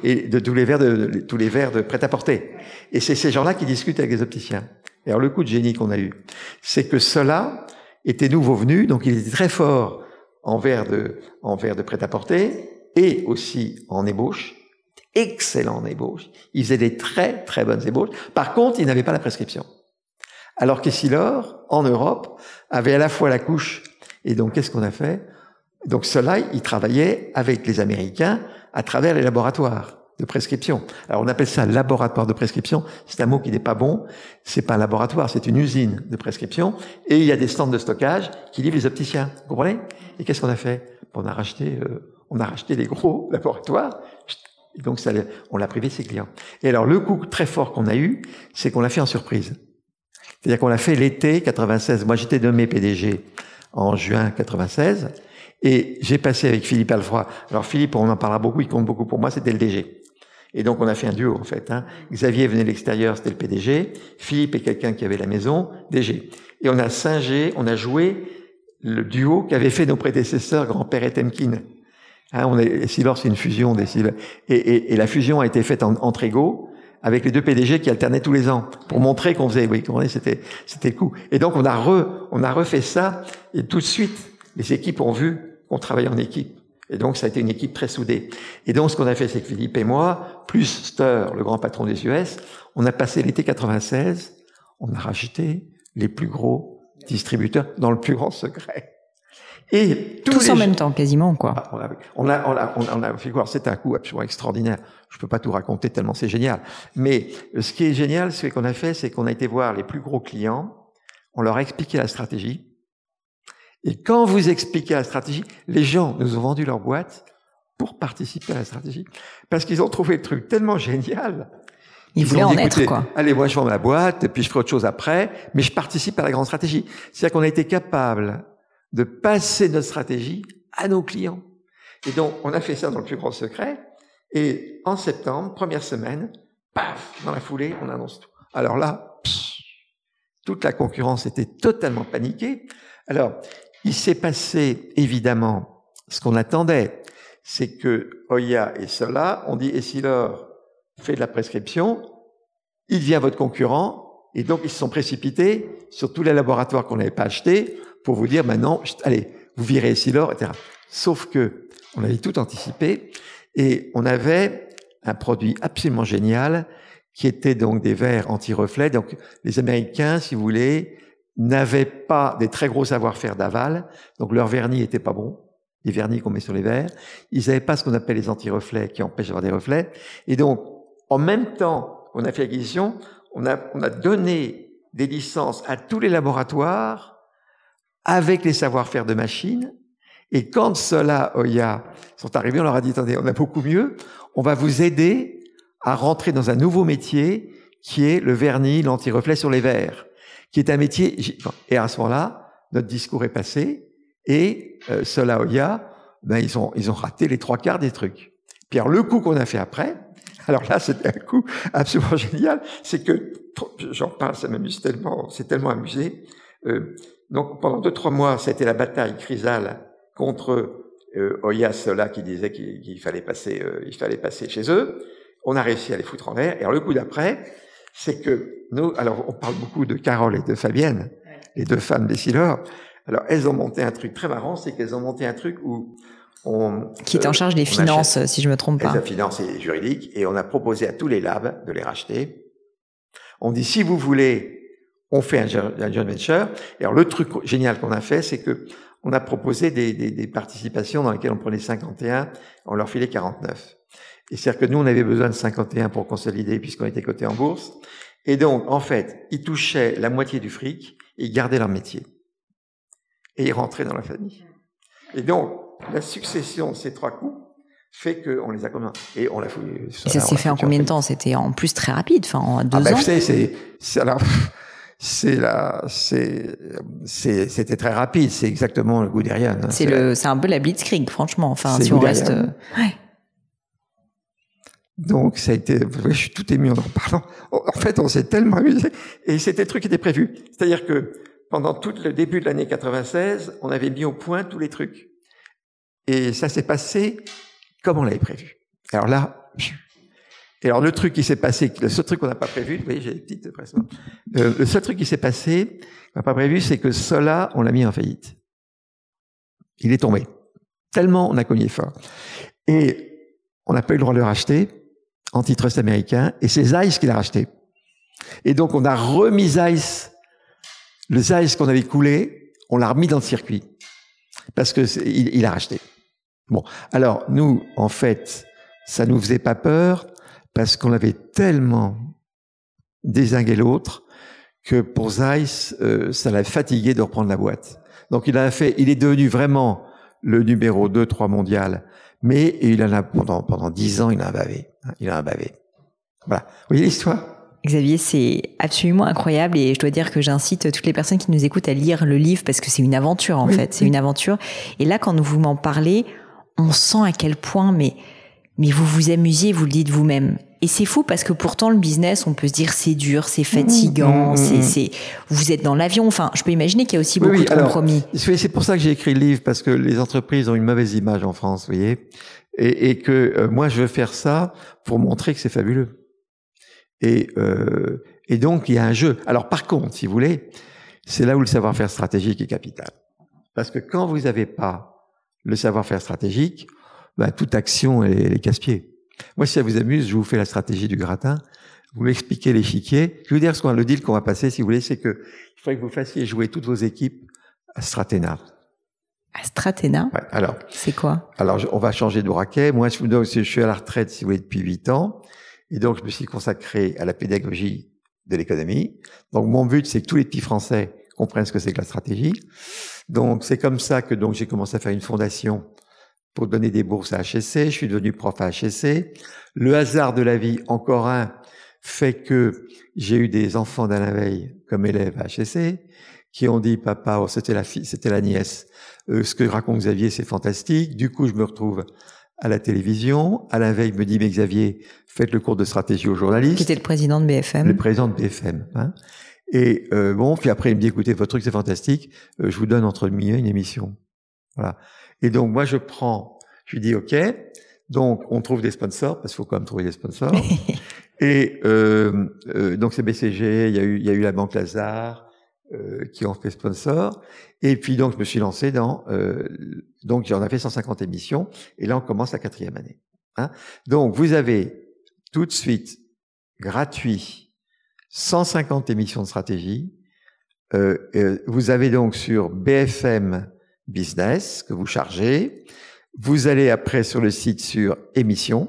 tous les verres de prêt-à-porter. Et c'est ces gens-là qui discutent avec les opticiens. Et alors le coup de génie qu'on a eu, c'est que ceux-là étaient nouveaux venus, donc ils étaient très forts en verres de prêt-à-porter et aussi en ébauche, excellents en ébauche. Ils faisaient des très très bonnes ébauches. Par contre, ils n'avaient pas la prescription. Alors qu'Essilor, en Europe, avait à la fois la couche. Et donc qu'est-ce qu'on a fait? Donc ceux-là, ils travaillaient avec les Américains à travers les laboratoires de prescription. Alors on appelle ça laboratoire de prescription. C'est un mot qui n'est pas bon. C'est pas un laboratoire, c'est une usine de prescription. Et il y a des stands de stockage qui livrent les opticiens. Vous comprenez? Et qu'est-ce qu'on a fait? On a racheté les gros laboratoires. Et donc on l'a privé de ses clients. Et alors le coup très fort qu'on a eu, c'est qu'on l'a fait en surprise. C'est-à-dire qu'on l'a fait l'été 96. Moi j'étais nommé PDG en juin 96. Et j'ai passé avec Philippe Alfroy. Alors Philippe, on en parlera beaucoup, il compte beaucoup pour moi, c'était le DG. Et donc on a fait un duo en fait. Xavier venait de l'extérieur, c'était le PDG. Philippe est quelqu'un qui avait la maison, DG. Et on a singé, on a joué le duo qu'avaient fait nos prédécesseurs, grand-père et Temkin. Essilor, c'est une fusion d'Essilor. Et la fusion a été faite entre égaux, avec les deux PDG qui alternaient tous les ans, pour montrer qu'on faisait, oui, c'était le coup. Et donc on a refait ça, et tout de suite, les équipes ont vu qu'on travaillait en équipe. Et donc, ça a été une équipe très soudée. Et donc, ce qu'on a fait, c'est que Philippe et moi, plus Steur, le grand patron des US, on a passé l'été 96, on a racheté les plus gros distributeurs dans le plus grand secret. Et tous en même temps, quasiment, quoi. On a fait quoi? C'est un coup absolument extraordinaire. Je peux pas tout raconter tellement c'est génial. Mais ce qui est génial, ce qu'on a fait, c'est qu'on a été voir les plus gros clients, on leur a expliqué la stratégie. Et quand vous expliquez la stratégie, les gens nous ont vendu leur boîte pour participer à la stratégie. Parce qu'ils ont trouvé le truc tellement génial. Ils voulaient en être, quoi. Allez, moi, je vends ma boîte, et puis je ferai autre chose après, mais je participe à la grande stratégie. C'est-à-dire qu'on a été capable de passer notre stratégie à nos clients. Et donc, on a fait ça dans le plus grand secret. Et en septembre, première semaine, paf, dans la foulée, on annonce tout. Alors là, toute la concurrence était totalement paniquée. Alors, il s'est passé, évidemment, ce qu'on attendait, c'est que Oya et cela ont dit, Essilor fait de la prescription, il devient votre concurrent, et donc ils se sont précipités sur tous les laboratoires qu'on n'avait pas achetés pour vous dire, maintenant, allez, vous virez Essilor, etc. Sauf que on avait tout anticipé, et on avait un produit absolument génial, qui était donc des verres anti-reflets. Donc, les Américains, si vous voulez, n'avaient pas des très gros savoir-faire d'aval, donc leur vernis était pas bon, les vernis qu'on met sur les verres. Ils n'avaient pas ce qu'on appelle les anti-reflets qui empêchent d'avoir des reflets. Et donc, en même temps qu'on a fait l'acquisition, on a donné des licences à tous les laboratoires avec les savoir-faire de machines. Et quand ceux-là, Oya, sont arrivés, on leur a dit, attendez, on a beaucoup mieux, on va vous aider à rentrer dans un nouveau métier qui est le vernis, l'anti-reflet sur les verres, qui est un métier. Et à ce moment-là, notre discours est passé, et ceux-là, Oya, ils ont raté les 3/4 des trucs. Puis alors, le coup qu'on a fait après, alors là, c'était un coup absolument génial, c'est que, j'en parle, ça m'amuse tellement, c'est tellement amusé. Donc, pendant 2-3 mois, ça a été la bataille chrysale contre Oya, ceux-là qui disaient qu'il fallait passer chez eux. On a réussi à les foutre en l'air. Et alors, le coup d'après, c'est que nous, alors, on parle beaucoup de Carole et de Fabienne, les deux femmes d'Essilor. Alors, elles ont monté un truc très marrant, c'est qu'elles ont monté un truc où qui est en charge des finances, si je me trompe pas. La finance et juridique, et on a proposé à tous les labs de les racheter. On dit, si vous voulez, on fait un joint venture. Et alors, le truc génial qu'on a fait, c'est que on a proposé des participations dans lesquelles on prenait 51, on leur filait 49. Et c'est-à-dire que nous, on avait besoin de 51 pour consolider, puisqu'on était coté en bourse. Et donc, en fait, ils touchaient la moitié du fric, et ils gardaient leur métier. Et ils rentraient dans la famille. Et donc, la succession de ces 3 coups fait qu'on les a communs. Et on l'a foutu. Et ça s'est fait en combien de temps? C'était en plus très rapide, enfin, en 2 ans. Vous savez, c'était très rapide. C'est exactement le goût d'Ariane. C'est un peu la blitzkrieg, franchement. Enfin, si on reste, ouais. Donc, ça a été, je suis tout ému en parlant. En fait, on s'est tellement amusé. Et c'était le truc qui était prévu. C'est-à-dire que pendant tout le début de l'année 96, on avait mis au point tous les trucs. Et ça s'est passé comme on l'avait prévu. Alors là, et alors le truc qui s'est passé, le seul truc qu'on n'a pas prévu, vous voyez, j'ai des petites presses. Le seul truc qui s'est passé, qu'on n'a pas prévu, c'est que Sola, on l'a mis en faillite. Il est tombé. Tellement on a cogné fort. Et on n'a pas eu le droit de le racheter, antitrust américain, et c'est Zeiss qui l'a racheté. Et donc on a remis Zeiss, le Zeiss qu'on avait coulé, on l'a remis dans le circuit. Parce que il a racheté. Bon. Alors, nous, en fait, ça nous faisait pas peur, parce qu'on avait tellement dézingué l'autre, que pour Zeiss, ça l'a fatigué de reprendre la boîte. Donc il est devenu vraiment le numéro 2-3 mondial, mais il en a pendant 10 ans, il en a bavé. Il en a bavé. Voilà. Vous voyez l'histoire? Xavier, c'est absolument incroyable et je dois dire que j'incite toutes les personnes qui nous écoutent à lire le livre parce que c'est une aventure en fait, c'est une aventure. Et là, quand vous m'en parlez, on sent à quel point, mais vous vous amusiez, vous le dites vous-même. Et c'est fou parce que pourtant le business, on peut se dire c'est dur, c'est fatigant, vous êtes dans l'avion. Enfin, je peux imaginer qu'il y a aussi beaucoup de compromis. Alors, c'est pour ça que j'ai écrit le livre, parce que les entreprises ont une mauvaise image en France, vous voyez, et que moi je veux faire ça pour montrer que c'est fabuleux. Et donc il y a un jeu. Alors par contre, si vous voulez, c'est là où le savoir-faire stratégique est capital. Parce que quand vous n'avez pas le savoir-faire stratégique, toute action est casse-pied. Moi, si ça vous amuse, je vous fais la stratégie du gratin. Vous m'expliquez l'échiquier. Je vais vous dire le deal qu'on va passer, si vous voulez, c'est que il faudrait que vous fassiez jouer toutes vos équipes à Stratena. À Stratena? Ouais, alors. C'est quoi? Alors, on va changer de braquet. Moi, je suis à la retraite, si vous voulez, depuis 8 ans. Et donc, je me suis consacré à la pédagogie de l'économie. Donc, mon but, c'est que tous les petits Français comprennent ce que c'est que la stratégie. Donc, c'est comme ça que j'ai commencé à faire une fondation pour donner des bourses à HEC. Je suis devenu prof à HEC. Le hasard de la vie, encore un, fait que j'ai eu des enfants d'Alain Veil comme élèves à HEC qui ont dit, papa, c'était la nièce, ce que raconte Xavier, c'est fantastique. Du coup, je me retrouve à la télévision. Alain Veil me dit, mais Xavier, faites le cours de stratégie aux journalistes. Qui était le président de BFM. Le président de BFM. Hein. Et puis après, il me dit, écoutez, votre truc, c'est fantastique. Je vous donne entre le milieu une émission. Voilà. Et donc, moi, je lui dis, OK. Donc, on trouve des sponsors, parce qu'il faut quand même trouver des sponsors. Et donc, c'est BCG, il y a eu la Banque Lazare, qui ont fait sponsor. Et puis, donc, je me suis lancé donc, j'en ai fait 150 émissions. Et là, on commence la 4e année. Hein. Donc, vous avez tout de suite, gratuit, 150 émissions de stratégie. Vous avez donc sur BFM Business que vous chargez. Vous allez après sur le site sur émissions.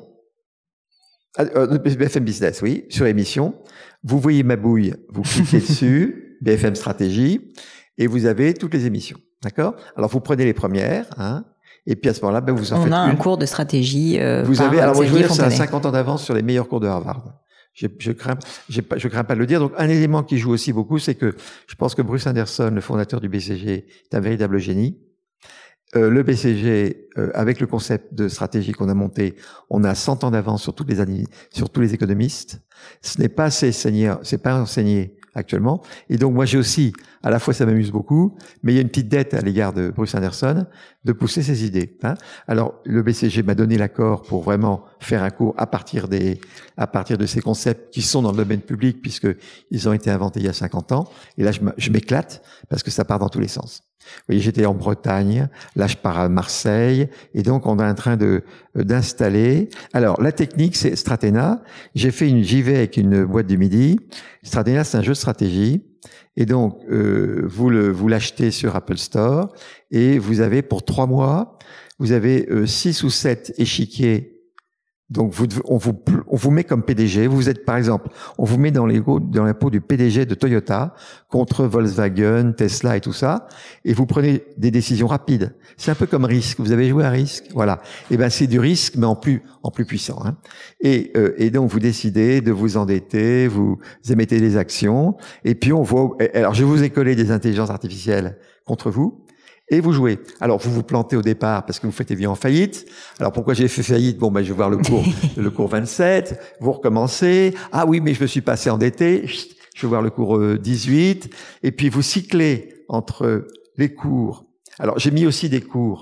BFM Business, oui, sur émissions. Vous voyez ma bouille, vous cliquez dessus, BFM Stratégie, et vous avez toutes les émissions. D'accord? Alors, vous prenez les premières, hein, et puis à ce moment-là, vous en faites une. On a un cours de stratégie. Vous avez, alors moi, je veux dire, c'est à 50 ans d'avance sur les meilleurs cours de Harvard. Je crains pas de le dire. Donc, un élément qui joue aussi beaucoup, c'est que je pense que Bruce Anderson, le fondateur du BCG, est un véritable génie. Le BCG, avec le concept de stratégie qu'on a monté, on a 100 ans d'avance sur tous les économistes. Ce n'est pas c'est pas enseigné actuellement. Et donc, moi, j'ai aussi, à la fois, ça m'amuse beaucoup, mais il y a une petite dette à l'égard de Bruce Anderson de pousser ses idées. Hein. Alors, le BCG m'a donné l'accord pour vraiment faire un cours à partir de ces concepts qui sont dans le domaine public puisque ils ont été inventés il y a 50 ans. Et là, je m'éclate parce que ça part dans tous les sens. Vous voyez, j'étais en Bretagne, là je pars à Marseille, et donc on est en train d'installer. Alors la technique, c'est Stratena. J'y vais avec une boîte du midi. Stratena, c'est un jeu de stratégie, et donc vous l'achetez sur Apple Store, et vous avez pour 3 mois, vous avez 6 ou 7 échiquiers. Donc on vous met comme PDG. Vous êtes par exemple, on vous met dans la peau du PDG de Toyota contre Volkswagen, Tesla et tout ça, et vous prenez des décisions rapides. C'est un peu comme Risque. Vous avez joué à Risque, voilà. Et ben c'est du risque, mais en plus puissant. Hein. Et donc vous décidez de vous endetter, vous émettez des actions, et puis on voit. Alors je vous ai collé des intelligences artificielles contre vous. Et vous jouez. Alors, vous vous plantez au départ parce que vous faites évidemment faillite. Alors, pourquoi j'ai fait faillite? Bon, je vais voir le cours 27. Vous recommencez. Ah oui, mais je me suis pas assez endetté. Je vais voir le cours 18. Et puis, vous cyclez entre les cours. Alors, j'ai mis aussi des cours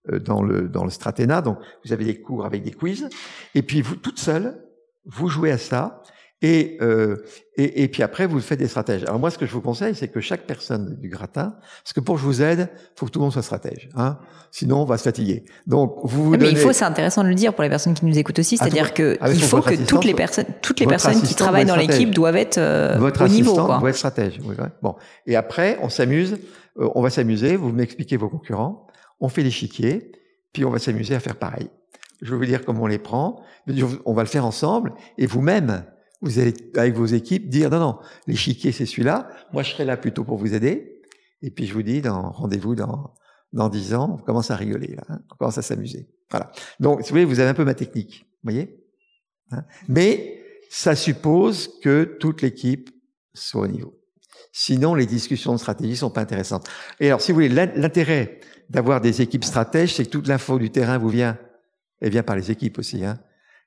dans le Stratena. Donc, vous avez des cours avec des quiz. Et puis, vous, toute seule, vous jouez à ça. Et puis après, vous faites des stratèges. Alors moi, ce que je vous conseille, c'est que chaque personne du gratin, parce que pour que je vous aide, il faut que tout le monde soit stratège, hein. Sinon, on va se fatiguer. Donc, vous donnez... Mais c'est intéressant de le dire pour les personnes qui nous écoutent aussi, c'est-à-dire que il faut que toutes les personnes qui travaillent dans l'équipe doivent être au niveau, quoi. Doit être stratège. Oui, ouais. Bon. Et après, on s'amuse. On va s'amuser. Vous m'expliquez vos concurrents. On fait l'échiquier. Puis on va s'amuser à faire pareil. Je vais vous dire comment on les prend. On va le faire ensemble. Et vous-même, vous allez, avec vos équipes, dire non, l'échiquier, c'est celui-là. Moi, je serai là plutôt pour vous aider. Et puis, je vous dis, rendez-vous dans 10 ans, on commence à rigoler, là, hein, on commence à s'amuser. Voilà. Donc, si vous voulez, vous avez un peu ma technique. Vous voyez? Hein? Mais, ça suppose que toute l'équipe soit au niveau. Sinon, les discussions de stratégie sont pas intéressantes. Et alors, si vous voulez, l'intérêt d'avoir des équipes stratèges, c'est que toute l'info du terrain elle vient par les équipes aussi, hein.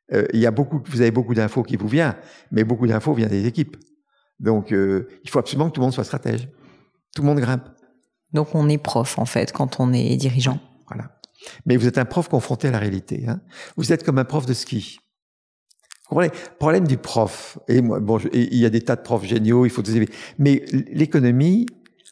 Vous avez beaucoup d'infos qui vous viennent, mais beaucoup d'infos viennent des équipes. Donc, il faut absolument que tout le monde soit stratège. Tout le monde grimpe. Donc, on est prof, en fait, quand on est dirigeant. Voilà. Mais vous êtes un prof confronté à la réalité, hein. Vous êtes comme un prof de ski. Vous comprenez? Le problème du prof, et moi, il y a des tas de profs géniaux, il faut des... Mais l'économie,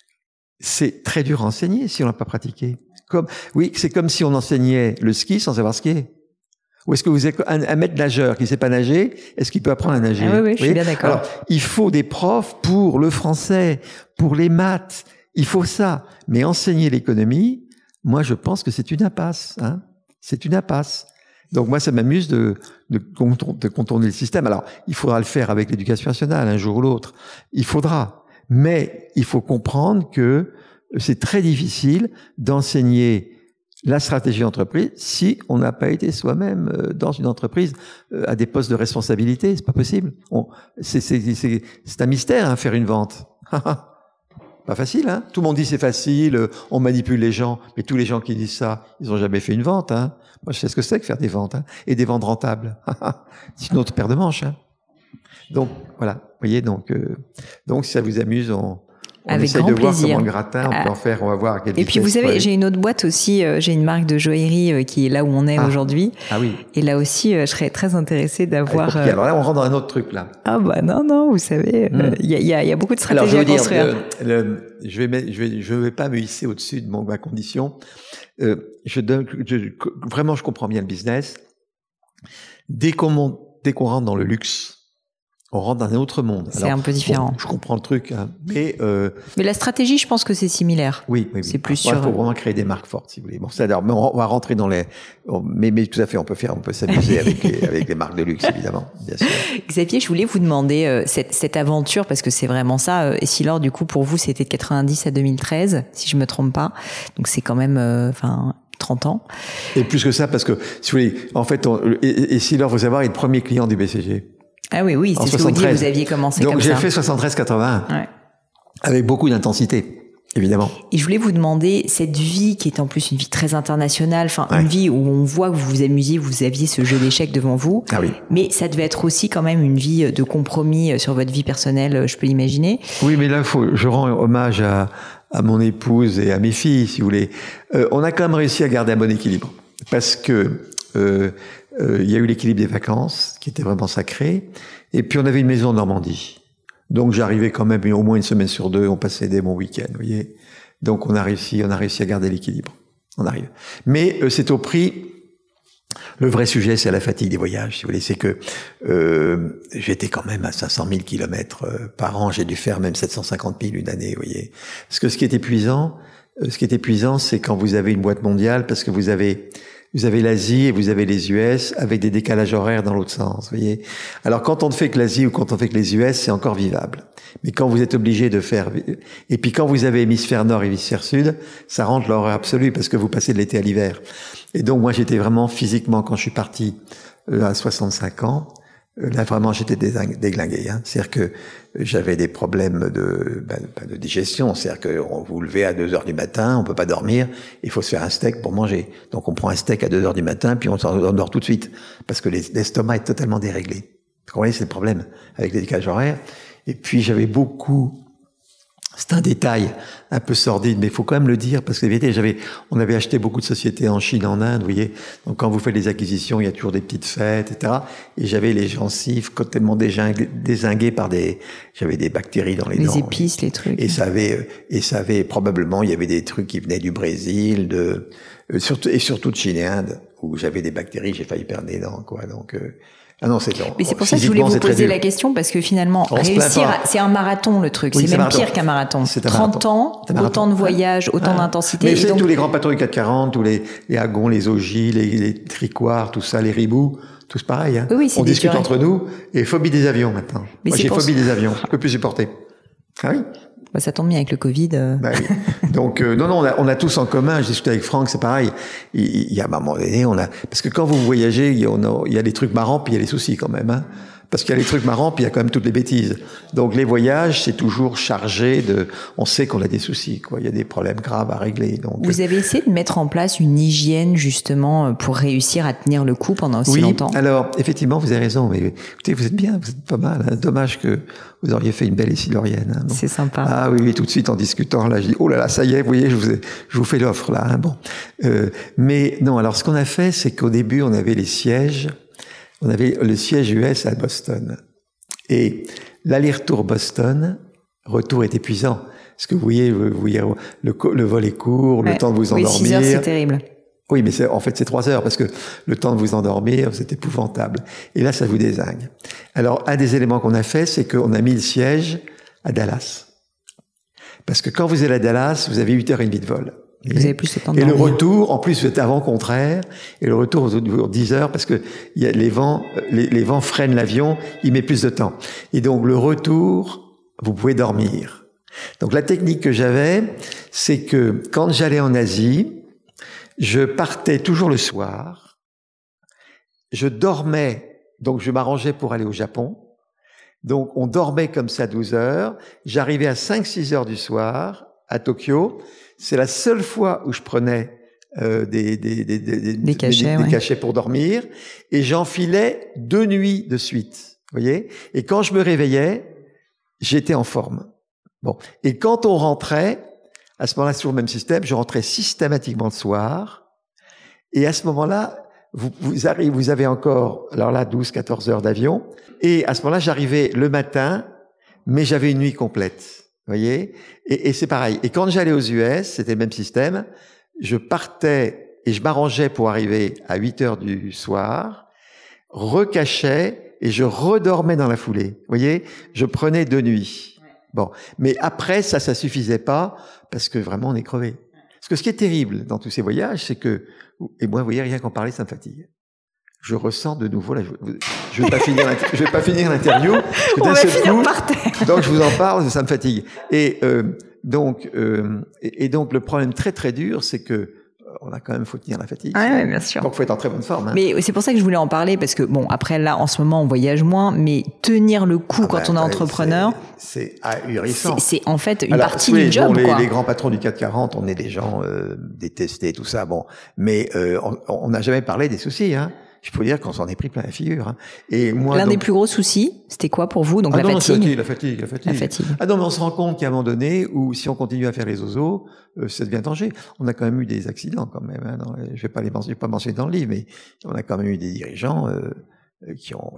c'est très dur à enseigner si on l'a pas pratiqué. C'est comme si on enseignait le ski sans savoir skier. Ou est-ce que vous êtes un maître nageur qui ne sait pas nager, est-ce qu'il peut apprendre à nager? Oui, je suis bien d'accord. Alors, il faut des profs pour le français, pour les maths, il faut ça. Mais enseigner l'économie, moi, je pense que c'est une impasse, hein. C'est une impasse. Donc, moi, ça m'amuse de contourner le système. Alors, il faudra le faire avec l'éducation nationale, un jour ou l'autre. Il faudra. Mais il faut comprendre que c'est très difficile d'enseigner la stratégie d'entreprise si on n'a pas été soi-même dans une entreprise à des postes de responsabilité. C'est pas possible. C'est un mystère, hein, faire une vente. Pas facile, hein. Tout le monde dit c'est facile, on manipule les gens, mais tous les gens qui disent ça, ils ont jamais fait une vente, hein. Moi, je sais ce que c'est que faire des ventes, hein, et des ventes rentables. C'est une autre paire de manches, hein. Donc voilà, vous voyez, donc si ça vous amuse, on avec essaie grand de voir plaisir. comment le gratin, on peut en faire, on va voir à quelle vitesse. Et puis vous savez, j'ai une autre boîte aussi, j'ai une marque de joaillerie qui est là où on est aujourd'hui. Ah oui. Et là aussi, je serais très intéressée d'avoir... Alors là, on rentre dans un autre truc, là. Ah bah non, vous savez, il y a beaucoup de stratégies à construire. Je vais pas me hisser au-dessus de ma condition. Vraiment, je comprends bien le business. Dès qu'on rentre dans le luxe, on rentre dans un autre monde. C'est un peu différent. Bon, je comprends le truc, hein, mais la stratégie, je pense que c'est similaire. Oui. C'est plus sûr. Il faut vraiment créer des marques fortes, si vous voulez. Bon, c'est-à-dire, mais on va rentrer dans les. Mais tout à fait, on peut s'amuser avec les marques de luxe, évidemment, bien sûr. Xavier, je voulais vous demander cette aventure, parce que c'est vraiment ça. Essilor, du coup, pour vous, c'était de 90 à 2013, si je me trompe pas. Donc c'est quand même, 30 ans. Et plus que ça, parce que si vous voulez, en fait, Essilor, faut savoir, est le premier client du BCG. Ah oui, c'est ce que vous dites, vous aviez commencé comme ça. Donc j'ai fait 73-81, avec beaucoup d'intensité, évidemment. Et je voulais vous demander, cette vie qui est en plus une vie très internationale, une vie où on voit que vous vous amusiez, vous aviez ce jeu d'échecs devant vous, mais ça devait être aussi quand même une vie de compromis sur votre vie personnelle, je peux l'imaginer. Oui, mais là, je rends hommage à mon épouse et à mes filles, si vous voulez. On a quand même réussi à garder un bon équilibre, parce que il y a eu l'équilibre des vacances, qui était vraiment sacré. Et puis, on avait une maison en Normandie. Donc, j'arrivais quand même au moins une semaine sur deux, on passait des bons week-ends, vous voyez. Donc, on a réussi à garder l'équilibre. On arrive. Mais c'est au prix... Le vrai sujet, c'est la fatigue des voyages, si vous voulez. C'est que j'étais quand même à 500 000 kilomètres par an. J'ai dû faire même 750 000 une année, vous voyez. Parce que ce qui est épuisant, c'est quand vous avez une boîte mondiale, parce que vous avez l'Asie et vous avez les US avec des décalages horaires dans l'autre sens, vous voyez. Alors, quand on ne fait que l'Asie ou quand on fait que les US, c'est encore vivable. Mais quand vous êtes obligé de faire... Et puis quand vous avez hémisphère nord et hémisphère sud, ça rentre l'horreur absolue parce que vous passez de l'été à l'hiver. Et donc, moi, j'étais vraiment physiquement, quand je suis parti à 65 ans, là, vraiment, j'étais déglingué. Hein. C'est-à-dire que j'avais des problèmes de digestion. C'est-à-dire que vous vous levez à 2 heures du matin, on peut pas dormir, il faut se faire un steak pour manger. Donc, on prend un steak à 2 heures du matin, puis on s'endort tout de suite. Parce que l'estomac est totalement déréglé. Vous voyez, c'est le problème avec les décalages horaires. Et puis, j'avais beaucoup C'est un détail un peu sordide, mais il faut quand même le dire, parce que on avait acheté beaucoup de sociétés en Chine, en Inde, vous voyez. Donc quand vous faites des acquisitions, il y a toujours des petites fêtes, etc. Et j'avais les gencives tellement dézinguées j'avais des bactéries dans les dents. Les épices, les trucs. Et ça avait probablement, il y avait des trucs qui venaient du Brésil, surtout de Chine et Inde, où j'avais des bactéries, j'ai failli perdre des dents, quoi. Donc, non, mais c'est pour ça que je voulais vous poser la question, parce que finalement, réussir, c'est un marathon, le truc. Oui, c'est même pire qu'un marathon. 30 ans, autant de voyages, autant d'intensité. Mais c'est tous les grands patrons du 440, tous les Agons, les Ogies, les Tricoires, tout ça, les Riboux, tous pareil, hein. Oui, on discute entre nous, et phobie des avions, maintenant. Moi, j'ai phobie des avions. Je peux plus supporter. Ah oui? Bah, ça tombe bien avec le Covid. Bah oui. Donc non, on a tous en commun. Je discutais avec Franck, c'est pareil. Il y a un moment donné, parce que quand vous voyagez, il y a des trucs marrants, puis il y a les soucis quand même, hein. Parce qu'il y a les trucs marrants, puis il y a quand même toutes les bêtises. Donc les voyages, c'est toujours chargé on sait qu'on a des soucis, quoi. Il y a des problèmes graves à régler. Donc vous avez essayé de mettre en place une hygiène justement pour réussir à tenir le coup pendant aussi longtemps. Alors effectivement, vous avez raison. Mais écoutez, vous êtes bien, vous êtes pas mal, hein. Dommage que vous auriez fait une belle Essilorienne, hein. Bon. C'est sympa. Ah oui, tout de suite en discutant, là, je dis oh là là, ça y est, vous voyez, je vous fais l'offre là, hein. Bon. Mais non, alors ce qu'on a fait, c'est qu'au début, on avait les sièges. On avait le siège US à Boston. Et l'aller-retour Boston, retour est épuisant. Parce que vous voyez le vol est court, le temps de vous endormir. 6 heures, c'est terrible. Oui, mais en fait, c'est 3 heures, parce que le temps de vous endormir, c'est épouvantable. Et là, ça vous dézingue. Alors, un des éléments qu'on a fait, c'est qu'on a mis le siège à Dallas. Parce que quand vous êtes à Dallas, vous avez 8h30 de vol. Vous avez plus le temps de dormir. Et le retour, en plus, vous êtes avant contraire, et le retour, vous dure 10 heures, parce que les vents freinent l'avion, il met plus de temps. Et donc, le retour, vous pouvez dormir. Donc, la technique que j'avais, c'est que quand j'allais en Asie, je partais toujours le soir, je dormais, donc je m'arrangeais pour aller au Japon, donc on dormait comme ça 12 heures, j'arrivais à 5-6 heures du soir, à Tokyo. C'est la seule fois où je prenais des cachets pour dormir, et j'enfilais 2 nuits de suite, vous voyez. Et quand je me réveillais, j'étais en forme. Bon. Et quand on rentrait, à ce moment-là, sur le même système, je rentrais systématiquement le soir, et à ce moment-là, vous avez encore, alors là, 12-14 heures d'avion, et à ce moment-là, j'arrivais le matin, mais j'avais une nuit complète. Vous voyez, et c'est pareil. Et quand j'allais aux US, c'était le même système. Je partais et je m'arrangeais pour arriver à 8 heures du soir, recachais et je redormais dans la foulée. Vous voyez, je prenais 2 nuits. Bon, mais après ça suffisait pas parce que vraiment on est crevé. Parce que ce qui est terrible dans tous ces voyages, c'est que, et moi, vous voyez, rien qu'en parler, ça me fatigue. Je ressens de nouveau je vais pas finir l'interview. On va finir par terre. Donc je vous en parle, ça me fatigue. Et donc le problème très très dur, c'est que on a quand même, faut tenir la fatigue. Ah ouais, bien sûr. Donc faut être en très bonne forme, hein. Mais c'est pour ça que je voulais en parler, parce que bon, après là, en ce moment, on voyage moins, mais tenir le coup quand on est entrepreneur, c'est ahurissant. C'est en fait une partie du job, quoi. Les grands patrons du 440, on est des gens détestés, tout ça. Bon, mais on n'a jamais parlé des soucis, hein. Je peux dire qu'on s'en est pris plein la figure, hein. Et moi, des plus gros soucis, c'était quoi pour vous? Donc la fatigue. Ah non, mais on se rend compte qu'à un moment donné, où si on continue à faire les ozos, ça devient danger. On a quand même eu des accidents, quand même, hein. Je vais pas mentionner dans le livre, mais on a quand même eu des dirigeants qui ont...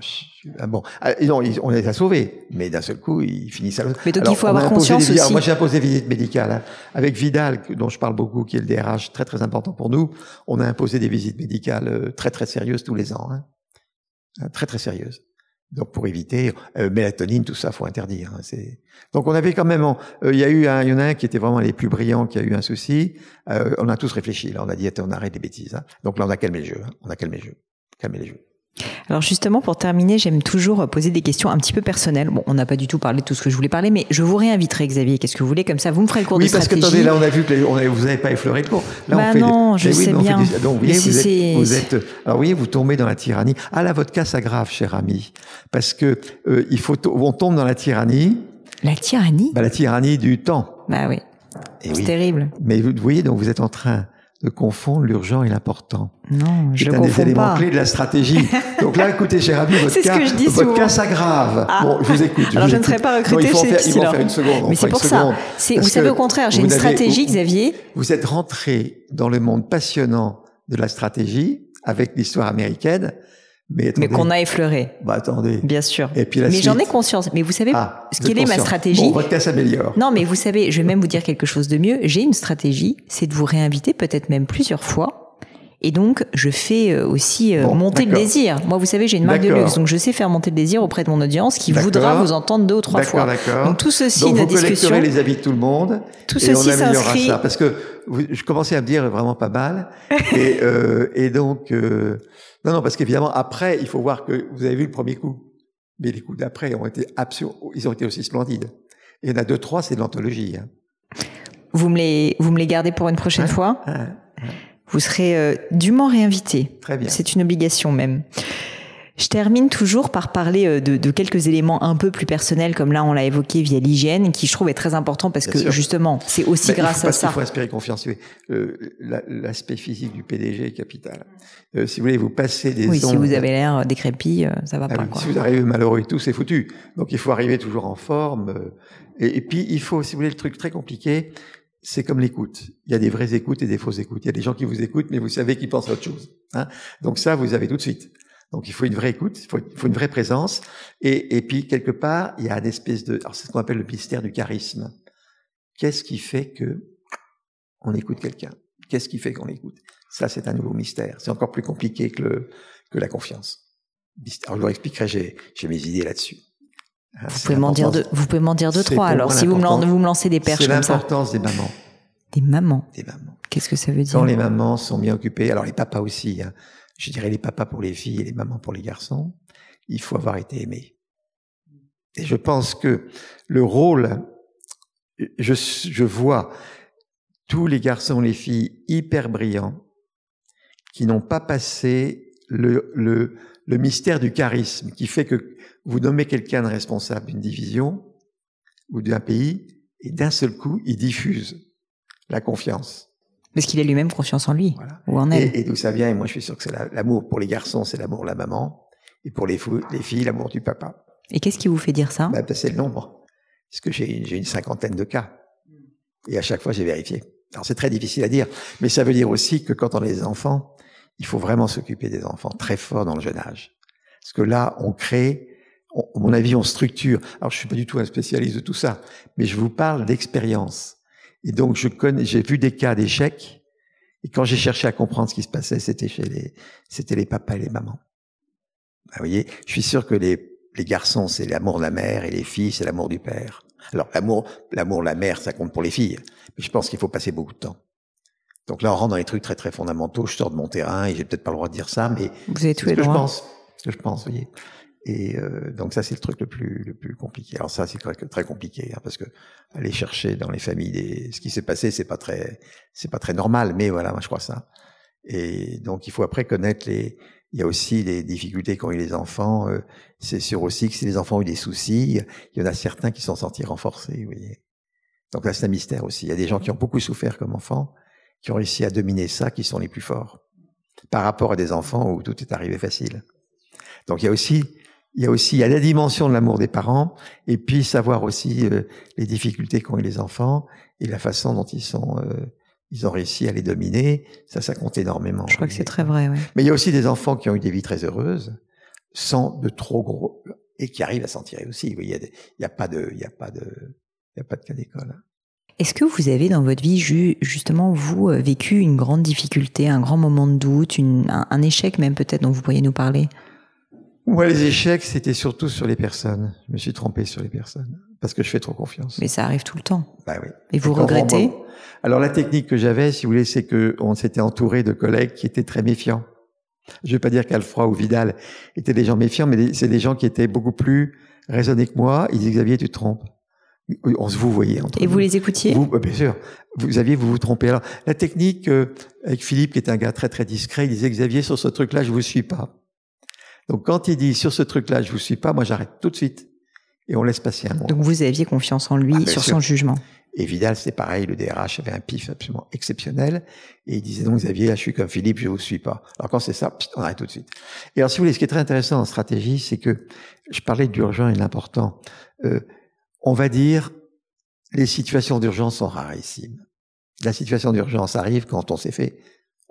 non, on les a sauvés, mais d'un seul coup, ils finissent à l'autre. Mais donc il faut avoir conscience aussi. Moi, j'ai imposé des visites médicales, hein. Avec Vidal, dont je parle beaucoup, qui est le DRH très très important pour nous, on a imposé des visites médicales très très sérieuses tous les ans, hein. Très très sérieuses. Donc pour éviter mélatonine, tout ça, faut interdire, hein. Donc on avait quand même, il y en a un qui était vraiment les plus brillants, qui a eu un souci. On a tous réfléchi. Là, on a dit attends, on arrête les bêtises, hein. Donc là, on a calmé le jeu, hein. On a calmé les jeux. Alors justement, pour terminer, j'aime toujours poser des questions un petit peu personnelles. Bon, on n'a pas du tout parlé de tout ce que je voulais parler, mais je vous réinviterai, Xavier. Qu'est-ce que vous voulez? Comme ça, vous me ferez le cours de stratégie. Oui, parce que attendez, là, on a vu que vous n'avez pas effleuré le cours. Là, je sais bien. Donc, alors, vous voyez, vous tombez dans la tyrannie. Ah là, votre cas s'aggrave, cher ami. Parce que, on tombe dans la tyrannie. La tyrannie? La tyrannie du temps. Bah oui. C'est terrible. Mais vous voyez, donc, vous êtes en train de confondre l'urgent et l'important. Non, je confonds pas. C'est un des éléments clés de la stratégie. Donc là, écoutez, cher ami, votre cas s'aggrave. Ah. Bon, je vous écoute. Alors, je ne serais pas recrutée chez Epsilon. Il faut faire une seconde. Mais c'est pour ça. Vous savez, au contraire, j'ai une stratégie, Xavier. Vous êtes rentré dans le monde passionnant de la stratégie avec l'histoire américaine. Mais qu'on a effleuré. Bah, attendez. Bien sûr. Et puis mais j'en ai conscience. Mais vous savez, quelle est ma stratégie? Bon, votre cas s'améliore. Non, mais vous savez, je vais même vous dire quelque chose de mieux. J'ai une stratégie, c'est de vous réinviter peut-être même plusieurs fois. Et donc, je fais aussi monter le désir. Moi, vous savez, j'ai une marque de luxe, donc je sais faire monter le désir auprès de mon audience qui voudra vous entendre 2 ou 3 fois. D'accord. Donc, tout ceci, donc, notre discussion. Vous collecterez les avis de tout le monde. Tout ceci s'inscrit. Ça, parce que je commençais à me dire vraiment pas mal. Et donc, non, parce qu'évidemment, après, il faut voir que vous avez vu le premier coup. Mais les coups d'après ont été absurdes. Ils ont été aussi splendides. Et il y en a 2, 3, c'est de l'anthologie. Hein. Vous me les gardez pour une prochaine fois. Vous serez dûment réinvité. Très bien. C'est une obligation même. Je termine toujours par parler de quelques éléments un peu plus personnels, comme là on l'a évoqué via l'hygiène, qui je trouve est très important parce que justement, c'est aussi grâce à ça. Il faut inspirer confiance. L'aspect physique du PDG est capital. Si vous voulez, vous passez des ondes. Si vous avez l'air décrépit, ça va pas. Quoi. Si vous arrivez malheureux et tout, c'est foutu. Donc il faut arriver toujours en forme. Et puis il faut, si vous voulez, le truc très compliqué, c'est comme l'écoute. Il y a des vraies écoutes et des fausses écoutes. Il y a des gens qui vous écoutent, mais vous savez qu'ils pensent à autre chose. Hein. Donc ça, vous avez tout de suite. Donc il faut une vraie écoute, il faut une vraie présence, et puis quelque part il y a une espèce de, alors c'est ce qu'on appelle le mystère du charisme. Qu'est-ce qui fait que on écoute quelqu'un? Qu'est-ce qui fait qu'on l'écoute? Ça c'est un nouveau mystère. C'est encore plus compliqué que la confiance. Alors je vous expliquerai, j'ai mes idées là-dessus. Vous pouvez m'en dire 2, 3. Alors si vous me lancez des perches comme ça. C'est l'importance des mamans. Des mamans. Des mamans. Qu'est-ce que ça veut dire? Quand les mamans sont bien occupées, alors les papas aussi. Hein, je dirais les papas pour les filles et les mamans pour les garçons, il faut avoir été aimé. Et je pense que le rôle, je vois tous les garçons, les filles hyper brillants qui n'ont pas passé le mystère du charisme qui fait que vous nommez quelqu'un de responsable d'une division ou d'un pays et d'un seul coup, il diffuse la confiance. Parce qu'il a lui-même confiance en lui, voilà. Ou en elle. Et d'où ça vient, et moi je suis sûr que c'est l'amour pour les garçons, c'est l'amour de la maman, et pour les filles, l'amour du papa. Et qu'est-ce qui vous fait dire ça? C'est le nombre. Parce que j'ai une 50aine de cas. Et à chaque fois, j'ai vérifié. Alors c'est très difficile à dire, mais ça veut dire aussi que quand on a des enfants, il faut vraiment s'occuper des enfants très fort dans le jeune âge. Parce que là, on crée, à mon avis, on structure. Alors je suis pas du tout un spécialiste de tout ça, mais je vous parle d'expérience. Et donc, j'ai vu des cas d'échecs, et quand j'ai cherché à comprendre ce qui se passait, c'était les papas et les mamans. Vous voyez, je suis sûr que les garçons, c'est l'amour de la mère, et les filles, c'est l'amour du père. Alors, l'amour de la mère, ça compte pour les filles, mais je pense qu'il faut passer beaucoup de temps. Donc là, on rentre dans les trucs très très fondamentaux, je sors de mon terrain, et j'ai peut-être pas le droit de dire ça, mais vous avez tous les droits. C'est ce que je pense, vous voyez. Et donc ça c'est le truc le plus compliqué. Alors ça c'est très compliqué hein, parce que aller chercher dans les familles ce qui s'est passé c'est pas très normal, mais voilà, moi je crois ça. Et donc il faut après connaître il y a aussi des difficultés qu'ont eu les enfants. C'est sûr aussi que si les enfants ont eu des soucis, il y en a certains qui sont sortis renforcés, vous voyez. Donc là c'est un mystère aussi. Il y a des gens qui ont beaucoup souffert comme enfants, qui ont réussi à dominer ça, qui sont les plus forts par rapport à des enfants où tout est arrivé facile. Donc il y a la dimension de l'amour des parents, et puis savoir aussi les difficultés qu'ont eu les enfants et la façon dont ils ont réussi à les dominer. Ça compte énormément. Je crois que c'est très vrai, oui. Mais il y a aussi des enfants qui ont eu des vies très heureuses, sans de trop gros, et qui arrivent à s'en tirer aussi. Vous voyez, il y a pas de cas d'école. Est-ce que vous avez dans votre vie, justement, vécu une grande difficulté, un grand moment de doute, un échec même peut-être dont vous pourriez nous parler? Moi, les échecs, c'était surtout sur les personnes. Je me suis trompé sur les personnes parce que je fais trop confiance. Mais ça arrive tout le temps. Bah oui. Et vous regrettez? Alors la technique que j'avais, si vous voulez, c'est que on s'était entouré de collègues qui étaient très méfiants. Je vais pas dire qu'Alfroy ou Vidal étaient des gens méfiants, mais c'est des gens qui étaient beaucoup plus raisonnés que moi. Ils disaient Xavier, tu te trompes. On se vous voyait entre Et nous. vous les écoutiez? Bien sûr. Vous trompez. Alors la technique avec Philippe, qui est un gars très très discret, il disait Xavier, sur ce truc-là, je vous suis pas. Donc quand il dit sur ce truc-là, je vous suis pas, moi j'arrête tout de suite et on laisse passer un moment. Donc vous aviez confiance en lui sur son jugement. Et Vidal, c'était pareil, le DRH avait un pif absolument exceptionnel. Et il disait, donc Xavier, là, je suis comme Philippe, je vous suis pas. Alors quand c'est ça, on arrête tout de suite. Et alors, si vous voulez, ce qui est très intéressant en stratégie, c'est que, je parlais de l'urgent et de l'important. On va dire, les situations d'urgence sont rarissimes. La situation d'urgence arrive quand on s'est fait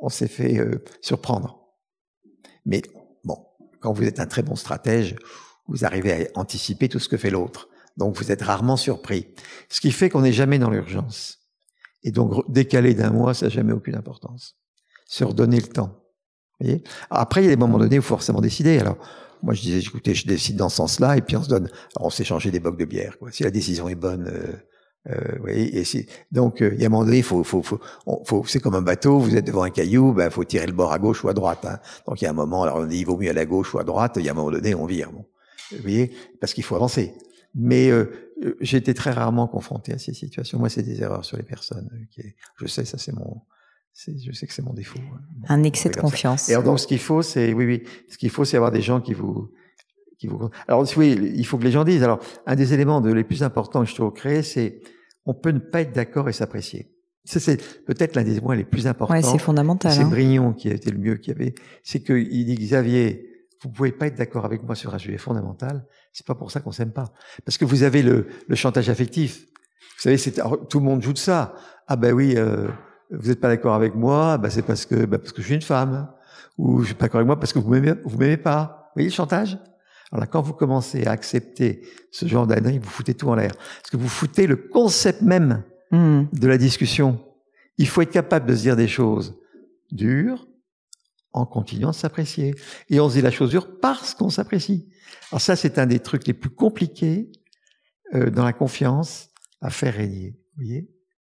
surprendre. Mais bon, quand vous êtes un très bon stratège, vous arrivez à anticiper tout ce que fait l'autre. Donc vous êtes rarement surpris. Ce qui fait qu'on n'est jamais dans l'urgence. Et donc décaler d'un mois, ça n'a jamais aucune importance. Se redonner le temps. Vous voyez ? Après, il y a des moments donnés où il faut forcément décider. Alors, moi je disais, écoutez, je décide dans ce sens-là, et puis on se donne. Alors on s'est changé des bocs de bière, quoi. Si la décision est bonne, vous voyez, donc il y a un moment donné, c'est comme un bateau, vous êtes devant un caillou, ben faut tirer le bord à gauche ou à droite. Hein. Donc il y a un moment, alors on dit il vaut mieux aller à gauche ou à droite. Il y a un moment donné, on vire. Bon, vous voyez, parce qu'il faut avancer. Mais j'ai été très rarement confronté à ces situations. Moi, c'est des erreurs sur les personnes. Je sais, ça je sais que c'est mon défaut. Un excès de confiance. Et alors, donc ce qu'il faut, c'est ce qu'il faut, c'est avoir des gens qui vous. Alors oui, il faut que les gens disent. Alors, un des éléments les plus importants que je trouve créer, c'est on peut ne pas être d'accord et s'apprécier. Ça, c'est peut-être l'un des points les plus importants. Ouais, c'est fondamental. C'est Brignon qui a été le mieux qui avait. C'est qu'il dit, Xavier, vous pouvez pas être d'accord avec moi sur un sujet fondamental. C'est pas pour ça qu'on s'aime pas. Parce que vous avez le chantage affectif. Vous savez, tout le monde joue de ça. Ah ben oui, vous êtes pas d'accord avec moi, c'est parce que je suis une femme. Ou je suis pas d'accord avec moi parce que vous m'aimez pas. Vous voyez le chantage? Alors là, quand vous commencez à accepter ce genre d'annerie, vous foutez tout en l'air. Parce que vous foutez le concept même de la discussion. Il faut être capable de se dire des choses dures en continuant de s'apprécier. Et on se dit la chose dure parce qu'on s'apprécie. Alors ça, c'est un des trucs les plus compliqués dans la confiance à faire régner. Vous voyez ?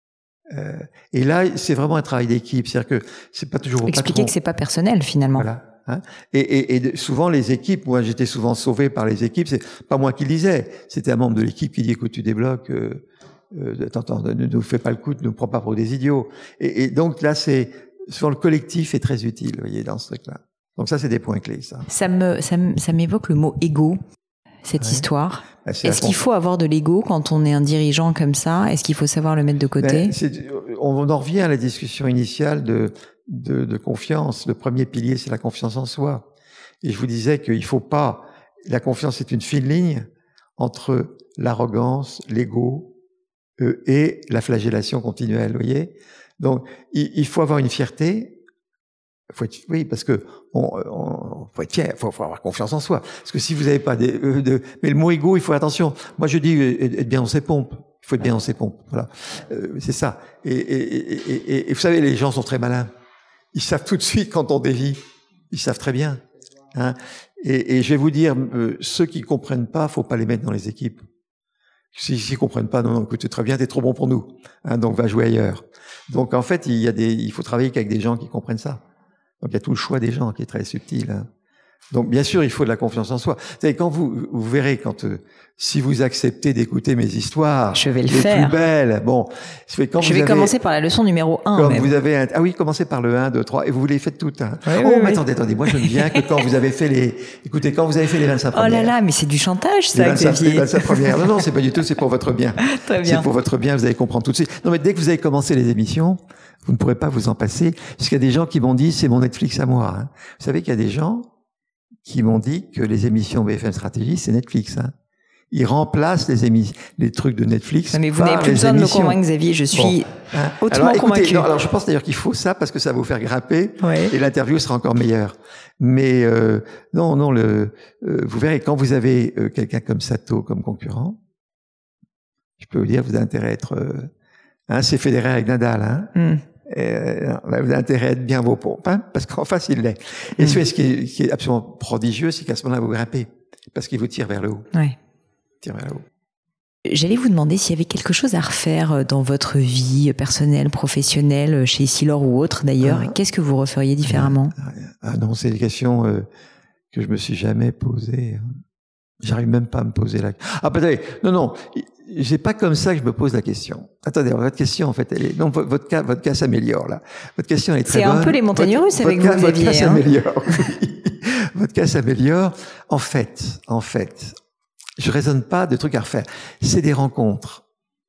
Et là, c'est vraiment un travail d'équipe. C'est-à-dire que c'est pas toujours au patron. Expliquer que c'est pas personnel, finalement. Voilà. Hein, et souvent les équipes, moi j'étais souvent sauvé par les équipes, c'est pas moi qui le disais, c'était un membre de l'équipe qui dit écoute tu débloques, attends, ne nous fais pas le coup, ne nous prends pas pour des idiots. Et donc là c'est souvent le collectif est très utile, vous voyez, dans ce truc-là. Donc ça c'est des points clés ça. Ça m'évoque le mot ego, cette histoire. Est-ce qu'il faut avoir de l'ego quand on est un dirigeant comme ça? Est-ce qu'il faut savoir le mettre de côté? On en revient à la discussion initiale de confiance. Le premier pilier, c'est la confiance en soi. Et je vous disais qu'il faut pas, la confiance est une fine ligne entre l'arrogance, l'ego, et la flagellation continuelle, vous voyez? Donc, il faut avoir une fierté. Oui, parce que faut être fier, faut avoir confiance en soi. Parce que si vous n'avez pas mais le mot ego, il faut attention. Moi, je dis être bien dans ses pompes. Il faut être bien dans ses pompes. Voilà, c'est ça. Et vous savez, les gens sont très malins. Ils savent tout de suite quand on dévie. Ils savent très bien. Hein. Et je vais vous dire, ceux qui comprennent pas, faut pas les mettre dans les équipes. S'ils comprennent pas, non, écoute, très bien, t'es trop bon pour nous. Hein, donc va jouer ailleurs. Donc en fait, il faut travailler qu'avec des gens qui comprennent ça. Donc il y a tout le choix des gens qui est très subtil. Hein. Donc bien sûr, il faut de la confiance en soi. Vous savez, quand vous verrez, si vous acceptez d'écouter mes histoires, je vais le les faire. plus belles, bon, je vais commencer par la leçon numéro 1. Comme vous avez commencez par le 1, 2, 3, et vous les faites toutes. Hein. Oui, mais attendez, moi je ne viens que quand vous avez fait les 25 premières. Oh là là, mais c'est du chantage, ça, Xavier. Les 25 premières. Non, c'est pas du tout, c'est pour votre bien. Très bien. C'est pour votre bien, vous allez comprendre tout de suite. Non, mais dès que vous avez commencé les émissions, vous ne pourrez pas vous en passer, parce qu'il y a des gens qui m'ont dit, c'est mon Netflix à moi. Hein. Vous savez qu'il y a des gens qui m'ont dit que les émissions BFM Stratégie, c'est Netflix. Hein. Ils remplacent les trucs de Netflix. Non, mais vous n'avez plus besoin de me convaincre, Xavier. Je suis hautement convaincu. Alors, je pense d'ailleurs qu'il faut ça parce que ça va vous faire grimper et l'interview sera encore meilleure. Mais vous verrez, quand vous avez quelqu'un comme Sato comme concurrent, je peux vous dire, vous avez intérêt à être... c'est Federer avec Nadal. Hein. Vous avez intérêt à être bien vos pompes, hein, parce qu'en face, il l'est. Et ce qui est absolument prodigieux, c'est qu'à ce moment-là, vous grimpez, parce qu'il vous tire vers le haut. Ouais. J'allais vous demander s'il y avait quelque chose à refaire dans votre vie personnelle, professionnelle, chez Essilor ou autre d'ailleurs. Qu'est-ce que vous referiez différemment? Non, c'est des questions que je me suis jamais posées. J'arrive même pas à me poser la... attendez, non, j'ai pas comme ça que je me pose la question. Attendez, votre question, en fait, votre cas s'améliore, là. Votre question est très bonne. C'est un peu les montagnes russes avec vous, Xavier. Votre cas s'améliore, oui. Votre cas s'améliore. En fait, je raisonne pas de trucs à refaire. C'est des rencontres.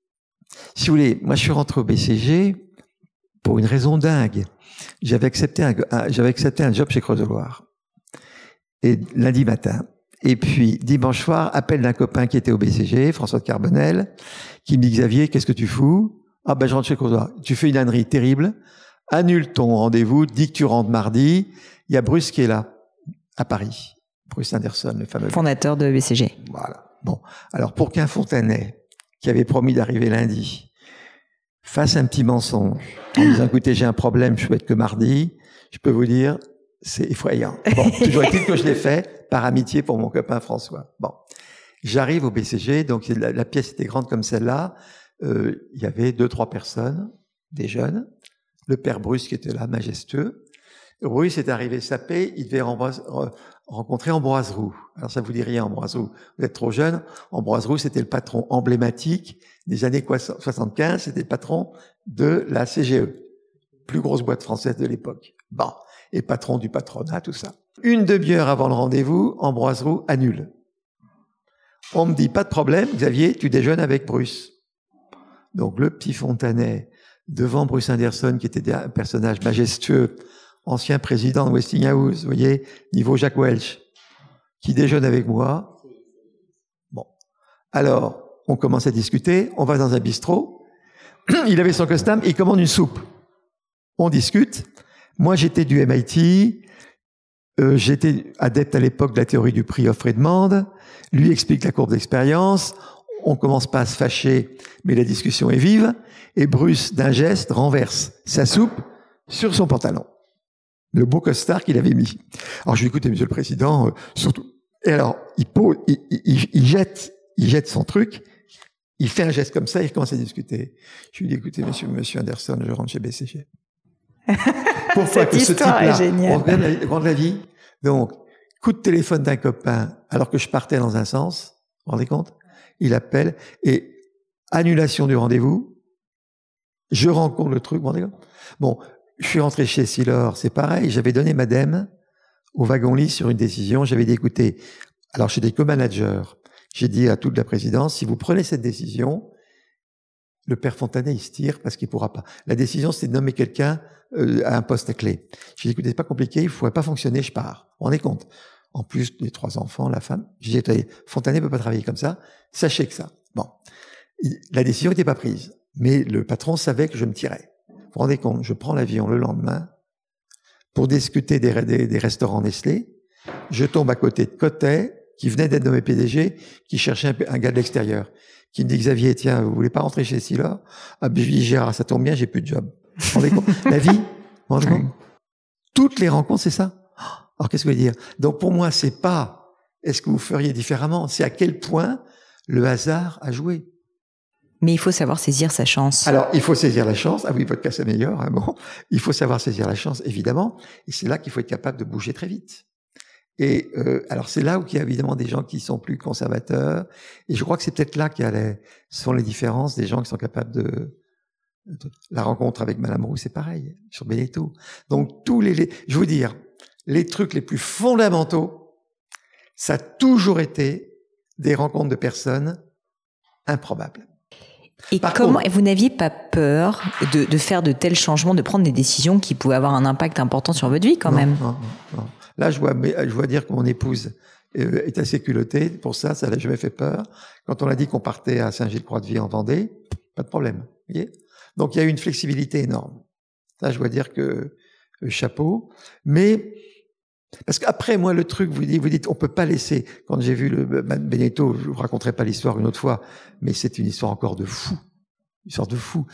Si vous voulez, moi je suis rentré au BCG pour une raison dingue. J'avais accepté un job chez Creuse-de-Loire. Et lundi matin. Et puis, dimanche soir, appel d'un copain qui était au BCG, François de Carbonel, qui me dit, Xavier, qu'est-ce que tu fous? Ah ben, je rentre chez Creuse-de-Loire. Tu fais une ânerie terrible. Annule ton rendez-vous. Dis que tu rentres mardi. Il y a Bruce qui est là, à Paris. Bruce Anderson, le fameux. Fondateur de BCG. Voilà. Bon. Alors, pour qu'un Fontanais, qui avait promis d'arriver lundi, fasse un petit mensonge, en disant, écoutez, j'ai un problème, je peux être que mardi, je peux vous dire, c'est effrayant. Bon, toujours est-il que je l'ai fait par amitié pour mon copain François. Bon, j'arrive au BCG, donc la pièce était grande comme celle-là. Il y avait 2-3 personnes, des jeunes. Le père Bruce qui était là, majestueux. Bruce est arrivé sapé, il devait rencontrer Ambroise Roux. Alors ça vous dit rien, Ambroise Roux. Vous êtes trop jeune. Ambroise Roux, c'était le patron emblématique des années 75. C'était le patron de la CGE, plus grosse boîte française de l'époque. Bon. Et patron du patronat, tout ça. Une demi-heure avant le rendez-vous, Ambroise Roux annule. On me dit, pas de problème, Xavier, tu déjeunes avec Bruce. Donc le petit Fontanais, devant Bruce Anderson, qui était un personnage majestueux, ancien président de Westinghouse, vous voyez, niveau Jack Welch, qui déjeune avec moi. Bon. Alors, on commence à discuter, on va dans un bistrot, il avait son costume, il commande une soupe. On discute. Moi, j'étais du MIT, j'étais adepte à l'époque de la théorie du prix offre et demande. Lui explique la courbe d'expérience. On commence pas à se fâcher, mais la discussion est vive. Et Bruce, d'un geste, renverse sa soupe sur son pantalon. Le beau costard qu'il avait mis. Alors, je lui dis, écoutez, monsieur le président, surtout. Et alors, il jette son truc. Il fait un geste comme ça, il commence à discuter. Je lui dis, écoutez, monsieur Anderson, je rentre chez BCG. Pourquoi que ce type-là, on regarde la vie. Donc, coup de téléphone d'un copain, alors que je partais dans un sens, vous vous rendez compte? Il appelle, et annulation du rendez-vous, je rencontre le truc, vous vous rendez compte? Bon, je suis rentré chez Silor, c'est pareil, j'avais donné ma dème au wagon-lit sur une décision, j'avais dit, écoutez, alors j'étais co-manager, j'ai dit à toute la présidence, si vous prenez cette décision, le père Fontanet, il se tire parce qu'il pourra pas. La décision, c'est de nommer quelqu'un à un poste à clé. J'ai dit, écoutez, c'est pas compliqué, il ne pourrait pas fonctionner, je pars. Vous vous rendez compte? En plus, les 3 enfants, la femme. J'ai dit, Fontanet ne peut pas travailler comme ça. Sachez que ça. Bon. La décision n'était pas prise. Mais le patron savait que je me tirais. Vous vous rendez compte? Je prends l'avion le lendemain pour discuter des restaurants Nestlé. Je tombe à côté de Cotet, qui venait d'être nommé PDG, qui cherchait un gars de l'extérieur, qui me dit, Xavier, tiens, vous voulez pas rentrer chez Silla? Ah, ben, je lui dis, Gérard, ça tombe bien, j'ai plus de job. Vous vous rendez compte? La vie, vous vous rendez compte? Toutes les rencontres, c'est ça. Alors, qu'est-ce que je veux dire? Donc, pour moi, c'est pas, est-ce que vous feriez différemment? C'est à quel point le hasard a joué. Mais il faut savoir saisir sa chance. Alors, il faut saisir la chance. Ah oui, votre cas s'améliore, hein, bon. Il faut savoir saisir la chance, évidemment. Et c'est là qu'il faut être capable de bouger très vite. Et alors c'est là où il y a évidemment des gens qui sont plus conservateurs, et je crois que c'est peut-être là qu'il y a sont les différences des gens qui sont capables de la rencontre avec Madame Roux, c'est pareil sur Beneteau. Donc je veux dire, les trucs les plus fondamentaux, ça a toujours été des rencontres de personnes improbables. Et vous n'aviez pas peur de faire de tels changements, de prendre des décisions qui pouvaient avoir un impact important sur votre vie quand même? Non. Là, je vois dire que mon épouse est assez culottée. Pour ça l'a jamais fait peur. Quand on a dit qu'on partait à Saint-Gilles-Croix-de-Vie en Vendée, pas de problème. Vous voyez? Donc, il y a eu une flexibilité énorme. Ça, je dois dire que chapeau. Mais parce qu'après, moi, le truc, vous dites, on peut pas laisser. Quand j'ai vu le Beneteau, je vous raconterai pas l'histoire une autre fois, mais c'est une histoire encore de fou. Une histoire de fou.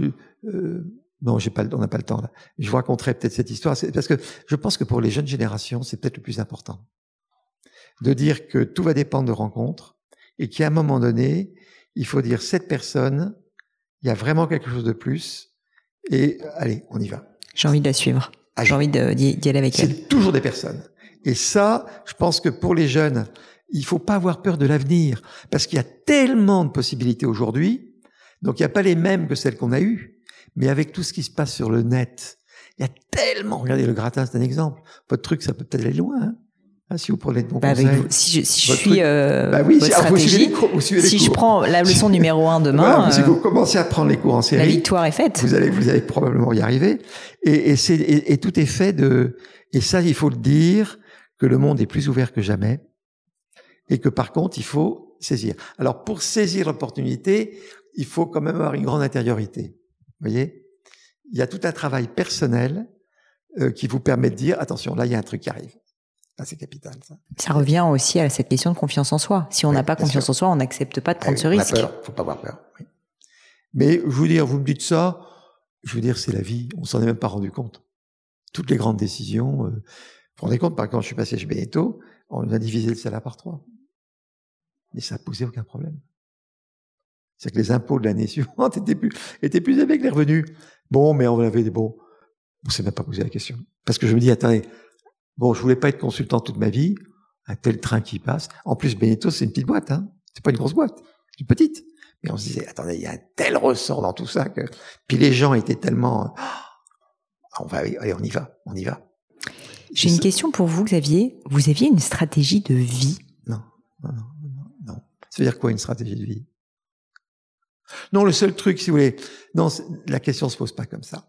Non, on n'a pas le temps là. Je vous raconterai peut-être cette histoire, parce que je pense que pour les jeunes générations, c'est peut-être le plus important. De dire que tout va dépendre de rencontres, et qu'à un moment donné, il faut dire, cette personne, il y a vraiment quelque chose de plus, et allez, on y va. J'ai envie de la suivre. J'ai envie d'y aller avec elle. C'est toujours des personnes. Et ça, je pense que pour les jeunes, il faut pas avoir peur de l'avenir, parce qu'il y a tellement de possibilités aujourd'hui, donc il n'y a pas les mêmes que celles qu'on a eues. Mais avec tout ce qui se passe sur le net, il y a tellement... Regardez, le gratin, c'est un exemple. Votre truc, ça peut peut-être aller loin. Hein, Si vous prenez de bons conseils. Si je suis votre stratégie, si je prends la leçon numéro 1 demain, voilà, si vous commencez à prendre les cours en série, la victoire est faite. Vous allez probablement y arriver. Et tout est fait et ça, il faut le dire, que le monde est plus ouvert que jamais et que par contre, il faut saisir. Alors, pour saisir l'opportunité, il faut quand même avoir une grande intériorité. Vous voyez? Il y a tout un travail personnel qui vous permet de dire, attention, là, il y a un truc qui arrive. Ah, c'est capital, ça. Ça revient aussi à cette question de confiance en soi. Si on n'a pas confiance en soi, on n'accepte pas de prendre ce risque. On a peur, faut pas avoir peur. Oui. Mais je veux dire, vous me dites ça, je veux dire, c'est la vie. On s'en est même pas rendu compte. Toutes les grandes décisions. Vous vous rendez compte, par exemple, quand je suis passé chez Beneteau, on a divisé le salaire par 3. Mais ça n'a posé aucun problème. C'est que les impôts de l'année suivante étaient plus élevés que les revenus. Bon, mais on avait des bons. On s'est même pas posé la question. Parce que je me dis, attendez, bon, je voulais pas être consultant toute ma vie, un tel train qui passe. En plus, Beneteau, c'est une petite boîte, hein. C'est pas une grosse boîte. C'est une petite. Mais on se disait, attendez, il y a un tel ressort dans tout ça que, puis les gens étaient tellement, allez, on y va. J'ai une question pour vous, Xavier. Vous aviez une stratégie de vie? Non. Ça veut dire quoi, une stratégie de vie? Non, le seul truc, si vous voulez, non, la question se pose pas comme ça.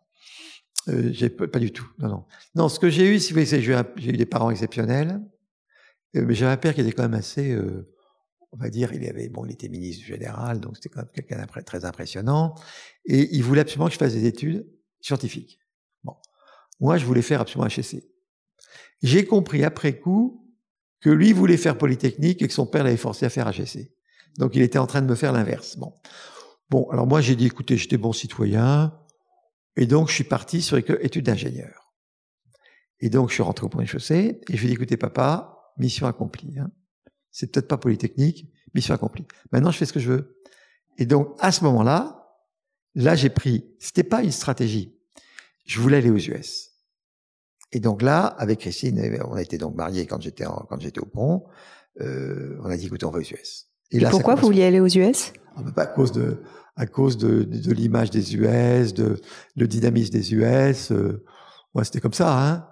Pas du tout. Non, ce que j'ai eu, si vous voulez, c'est que j'ai eu des parents exceptionnels, mais j'avais un père qui était quand même assez, on va dire, il était ministre général, donc c'était quand même quelqu'un de très impressionnant, et il voulait absolument que je fasse des études scientifiques. Bon. Moi, je voulais faire absolument HEC. J'ai compris après coup que lui voulait faire Polytechnique et que son père l'avait forcé à faire HEC. Donc, il était en train de me faire l'inverse. Bon, alors moi, j'ai dit, écoutez, j'étais bon citoyen, et donc, je suis parti sur études d'ingénieur. Et donc, je suis rentré au point de chaussée, et je lui ai dit, écoutez, papa, mission accomplie. Hein. C'est peut-être pas Polytechnique, mission accomplie. Maintenant, je fais ce que je veux. Et donc, à ce moment-là, j'ai pris, c'était pas une stratégie. Je voulais aller aux US. Et donc là, avec Christine, on a été donc mariés quand j'étais au pont, on a dit, écoutez, on va aux US. Et là, pourquoi vous vouliez aller aux US? À cause de l'image des US, le dynamisme des US. Ouais, c'était comme ça, hein.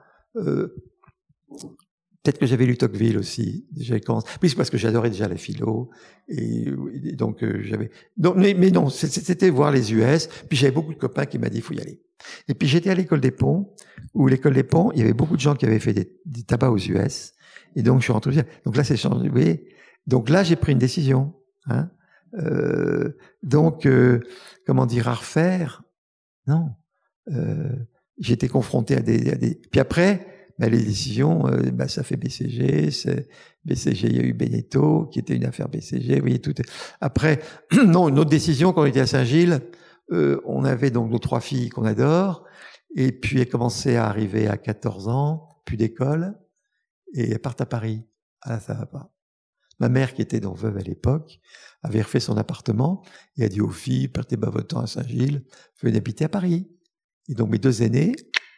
Peut-être que j'avais lu Tocqueville aussi. Oui, c'est parce que j'adorais déjà la philo. Et donc, mais non, c'était voir les US. Puis j'avais beaucoup de copains qui m'ont dit, il faut y aller. Et puis j'étais à l'école des Ponts, où l'école des Ponts, il y avait beaucoup de gens qui avaient fait des tabacs aux US. Et donc, je suis rentré. Donc là, c'est changé. Vous voyez. Donc là, j'ai pris une décision, hein. Comment dire, à refaire? Non. J'ai été confronté à des. Puis après, les décisions, ça fait BCG. BCG, il y a eu Beneteau, qui était une affaire BCG. Vous voyez, tout. Après, non, une autre décision, quand on était à Saint-Gilles, on avait donc nos 3 filles qu'on adore, et puis elles commençaient à arriver à 14 ans, plus d'école, et elles partent à Paris. Ah, ça va pas. Ma mère, qui était donc veuve à l'époque, avait refait son appartement et a dit aux filles, perdez pas votre temps à Saint-Gilles, venez habiter à Paris. Et donc mes 2 aînés,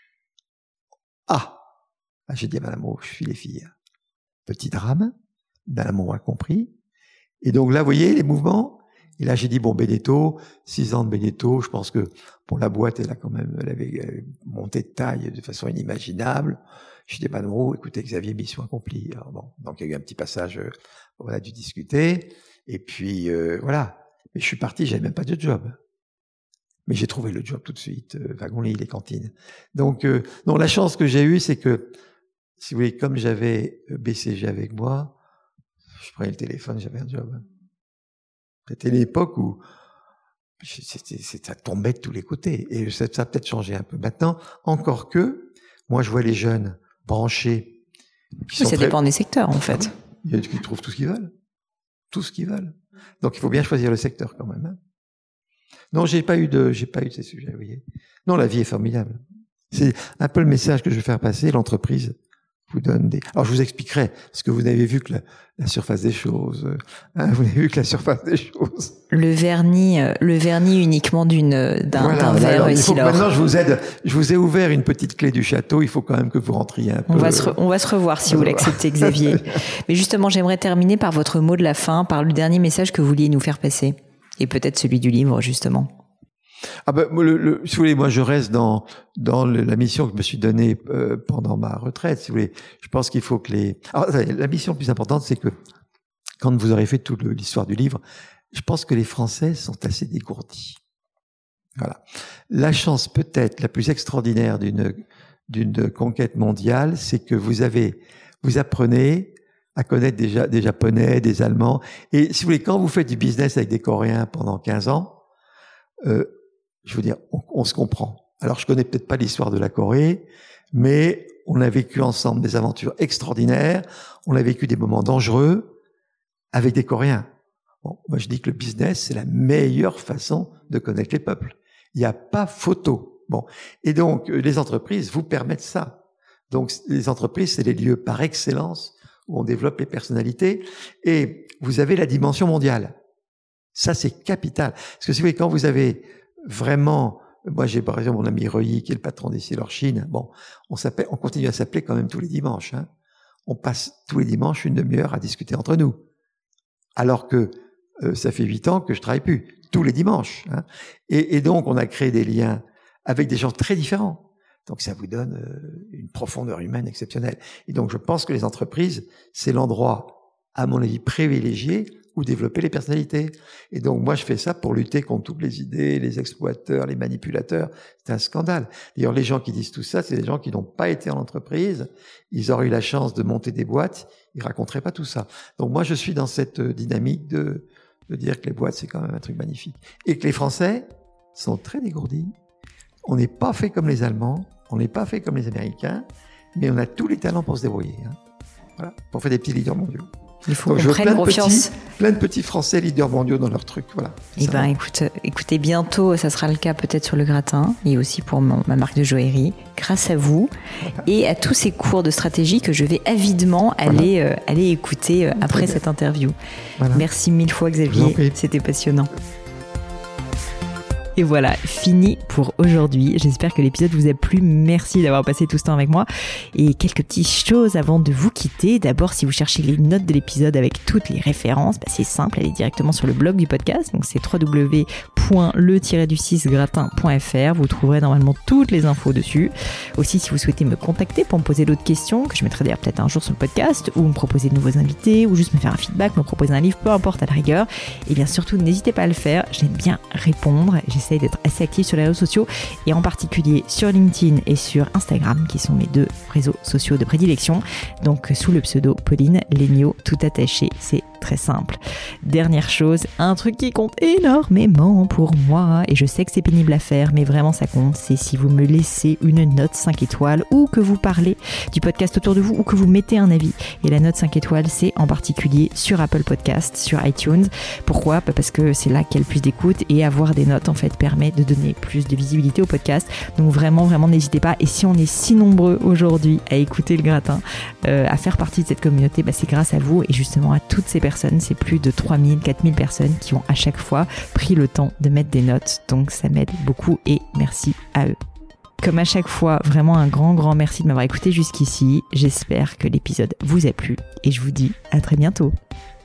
j'ai dit à Madame Roux, je suis les filles. Petit drame, Madame Roux a compris. Et donc là, vous voyez les mouvements. Et là, j'ai dit, Beneteau, 6 ans de Beneteau, je pense que, la boîte, elle avait monté de taille de façon inimaginable. J'ai dit, Madame Roux, écoutez, Xavier, mission accomplie. Alors, donc il y a eu un petit passage, on a dû discuter. Et puis, voilà. Mais je suis parti, j'avais même pas de job. Mais j'ai trouvé le job tout de suite, wagon-lit, les cantines. Donc, non, la chance que j'ai eue, c'est que, si vous voulez, comme j'avais BCG avec moi, je prenais le téléphone, j'avais un job. C'était l'époque où ça tombait de tous les côtés. Et ça a peut-être changé un peu. Maintenant, encore que, moi, je vois les jeunes branchés. Ça dépend des secteurs, en fait. Il y a qui trouvent tout ce qu'ils veulent. Tout ce qu'ils veulent. Donc, il faut bien choisir le secteur, quand même. Hein. Non, j'ai pas eu de ces sujets, vous voyez. Non, la vie est formidable. C'est un peu le message que je veux faire passer. L'entreprise vous donne des. Alors, je vous expliquerai, parce que vous n'avez vu que la surface des choses. Vous n'avez vu que la surface des choses. Le vernis uniquement d'un verre ici. Maintenant, je vous ai ouvert une petite clé du château. Il faut quand même que vous rentriez un peu. On va se revoir si vous l'acceptez, Xavier. Mais justement, j'aimerais terminer par votre mot de la fin, par le dernier message que vous vouliez nous faire passer. Et peut-être celui du livre, justement. Si vous voulez, moi je reste dans la mission que je me suis donnée pendant ma retraite. Si vous voulez, je pense qu'il faut que la mission la plus importante, c'est que quand vous aurez fait toute l'histoire du livre, je pense que les Français sont assez dégourdis. Voilà. La chance peut-être la plus extraordinaire d'une conquête mondiale, c'est que vous apprenez à connaître des Japonais, des Allemands. Et si vous voulez, quand vous faites du business avec des Coréens pendant 15 ans, je veux dire, on se comprend. Alors, je connais peut-être pas l'histoire de la Corée, mais on a vécu ensemble des aventures extraordinaires. On a vécu des moments dangereux avec des Coréens. Bon, moi, je dis que le business, c'est la meilleure façon de connaître les peuples. Il n'y a pas photo. Bon. Et donc, les entreprises vous permettent ça. Donc, les entreprises, c'est les lieux par excellence où on développe les personnalités. Et vous avez la dimension mondiale. Ça, c'est capital. Parce que si vous voulez, quand vous avez vraiment, moi, j'ai par exemple mon ami Reuilly, qui est le patron des Sailor Chine. Bon, on continue à s'appeler quand même tous les dimanches, hein. On passe tous les dimanches une demi-heure à discuter entre nous. Alors que ça fait 8 ans que je travaille plus, tous les dimanches, hein. Et donc, on a créé des liens avec des gens très différents. Donc, ça vous donne une profondeur humaine exceptionnelle. Et donc, je pense que les entreprises, c'est l'endroit, à mon avis, privilégié où développer les personnalités. Et donc, moi, je fais ça pour lutter contre toutes les idées, les exploiteurs, les manipulateurs. C'est un scandale. D'ailleurs, les gens qui disent tout ça, c'est des gens qui n'ont pas été en entreprise. Ils auraient eu la chance de monter des boîtes. Ils raconteraient pas tout ça. Donc, moi, je suis dans cette dynamique de dire que les boîtes, c'est quand même un truc magnifique. Et que les Français sont très dégourdis. On n'est pas fait comme les Allemands. On n'est pas fait comme les Américains. Mais on a tous les talents pour se débrouiller, hein. Voilà. Pour faire des petits leaders mondiaux. Il faut qu'on prenne confiance. Plein de petits Français leaders mondiaux dans leur truc, voilà. Eh ben, écoutez, bientôt, ça sera le cas peut-être sur le gratin et aussi pour ma marque de joaillerie, grâce à vous et à tous ces cours de stratégie que je vais avidement aller écouter après cette interview. Voilà. Merci 1000 fois, Xavier. C'était passionnant. Et voilà, fini pour aujourd'hui. J'espère que l'épisode vous a plu. Merci d'avoir passé tout ce temps avec moi. Et quelques petites choses avant de vous quitter. D'abord, si vous cherchez les notes de l'épisode avec toutes les références, c'est simple, allez directement sur le blog du podcast. Donc c'est www.le-6gratin.fr. Vous trouverez normalement toutes les infos dessus. Aussi, si vous souhaitez me contacter pour me poser d'autres questions, que je mettrai d'ailleurs peut-être un jour sur le podcast, ou me proposer de nouveaux invités, ou juste me faire un feedback, me proposer un livre, peu importe à la rigueur, et bien surtout, n'hésitez pas à le faire. J'aime bien répondre. J'essaye d'être assez active sur les réseaux sociaux et en particulier sur LinkedIn et sur Instagram qui sont mes 2 réseaux sociaux de prédilection. Donc sous le pseudo Pauline Léniaud, tout attaché, c'est très simple. Dernière chose, un truc qui compte énormément pour moi et je sais que c'est pénible à faire mais vraiment ça compte, c'est si vous me laissez une note 5 étoiles ou que vous parlez du podcast autour de vous ou que vous mettez un avis. Et la note 5 étoiles, c'est en particulier sur Apple Podcast, sur iTunes. Pourquoi ? Parce que c'est là qu'il y a le plus d'écoute et avoir des notes en fait permet de donner plus de visibilité au podcast. Donc vraiment n'hésitez pas. Et si on est si nombreux aujourd'hui à écouter le gratin, à faire partie de cette communauté, c'est grâce à vous et justement à toutes ces personnes. C'est plus de 3000, 4000 personnes qui ont à chaque fois pris le temps de mettre des notes. Donc ça m'aide beaucoup et merci à eux. Comme à chaque fois, vraiment un grand merci de m'avoir écouté jusqu'ici. J'espère que l'épisode vous a plu et je vous dis à très bientôt.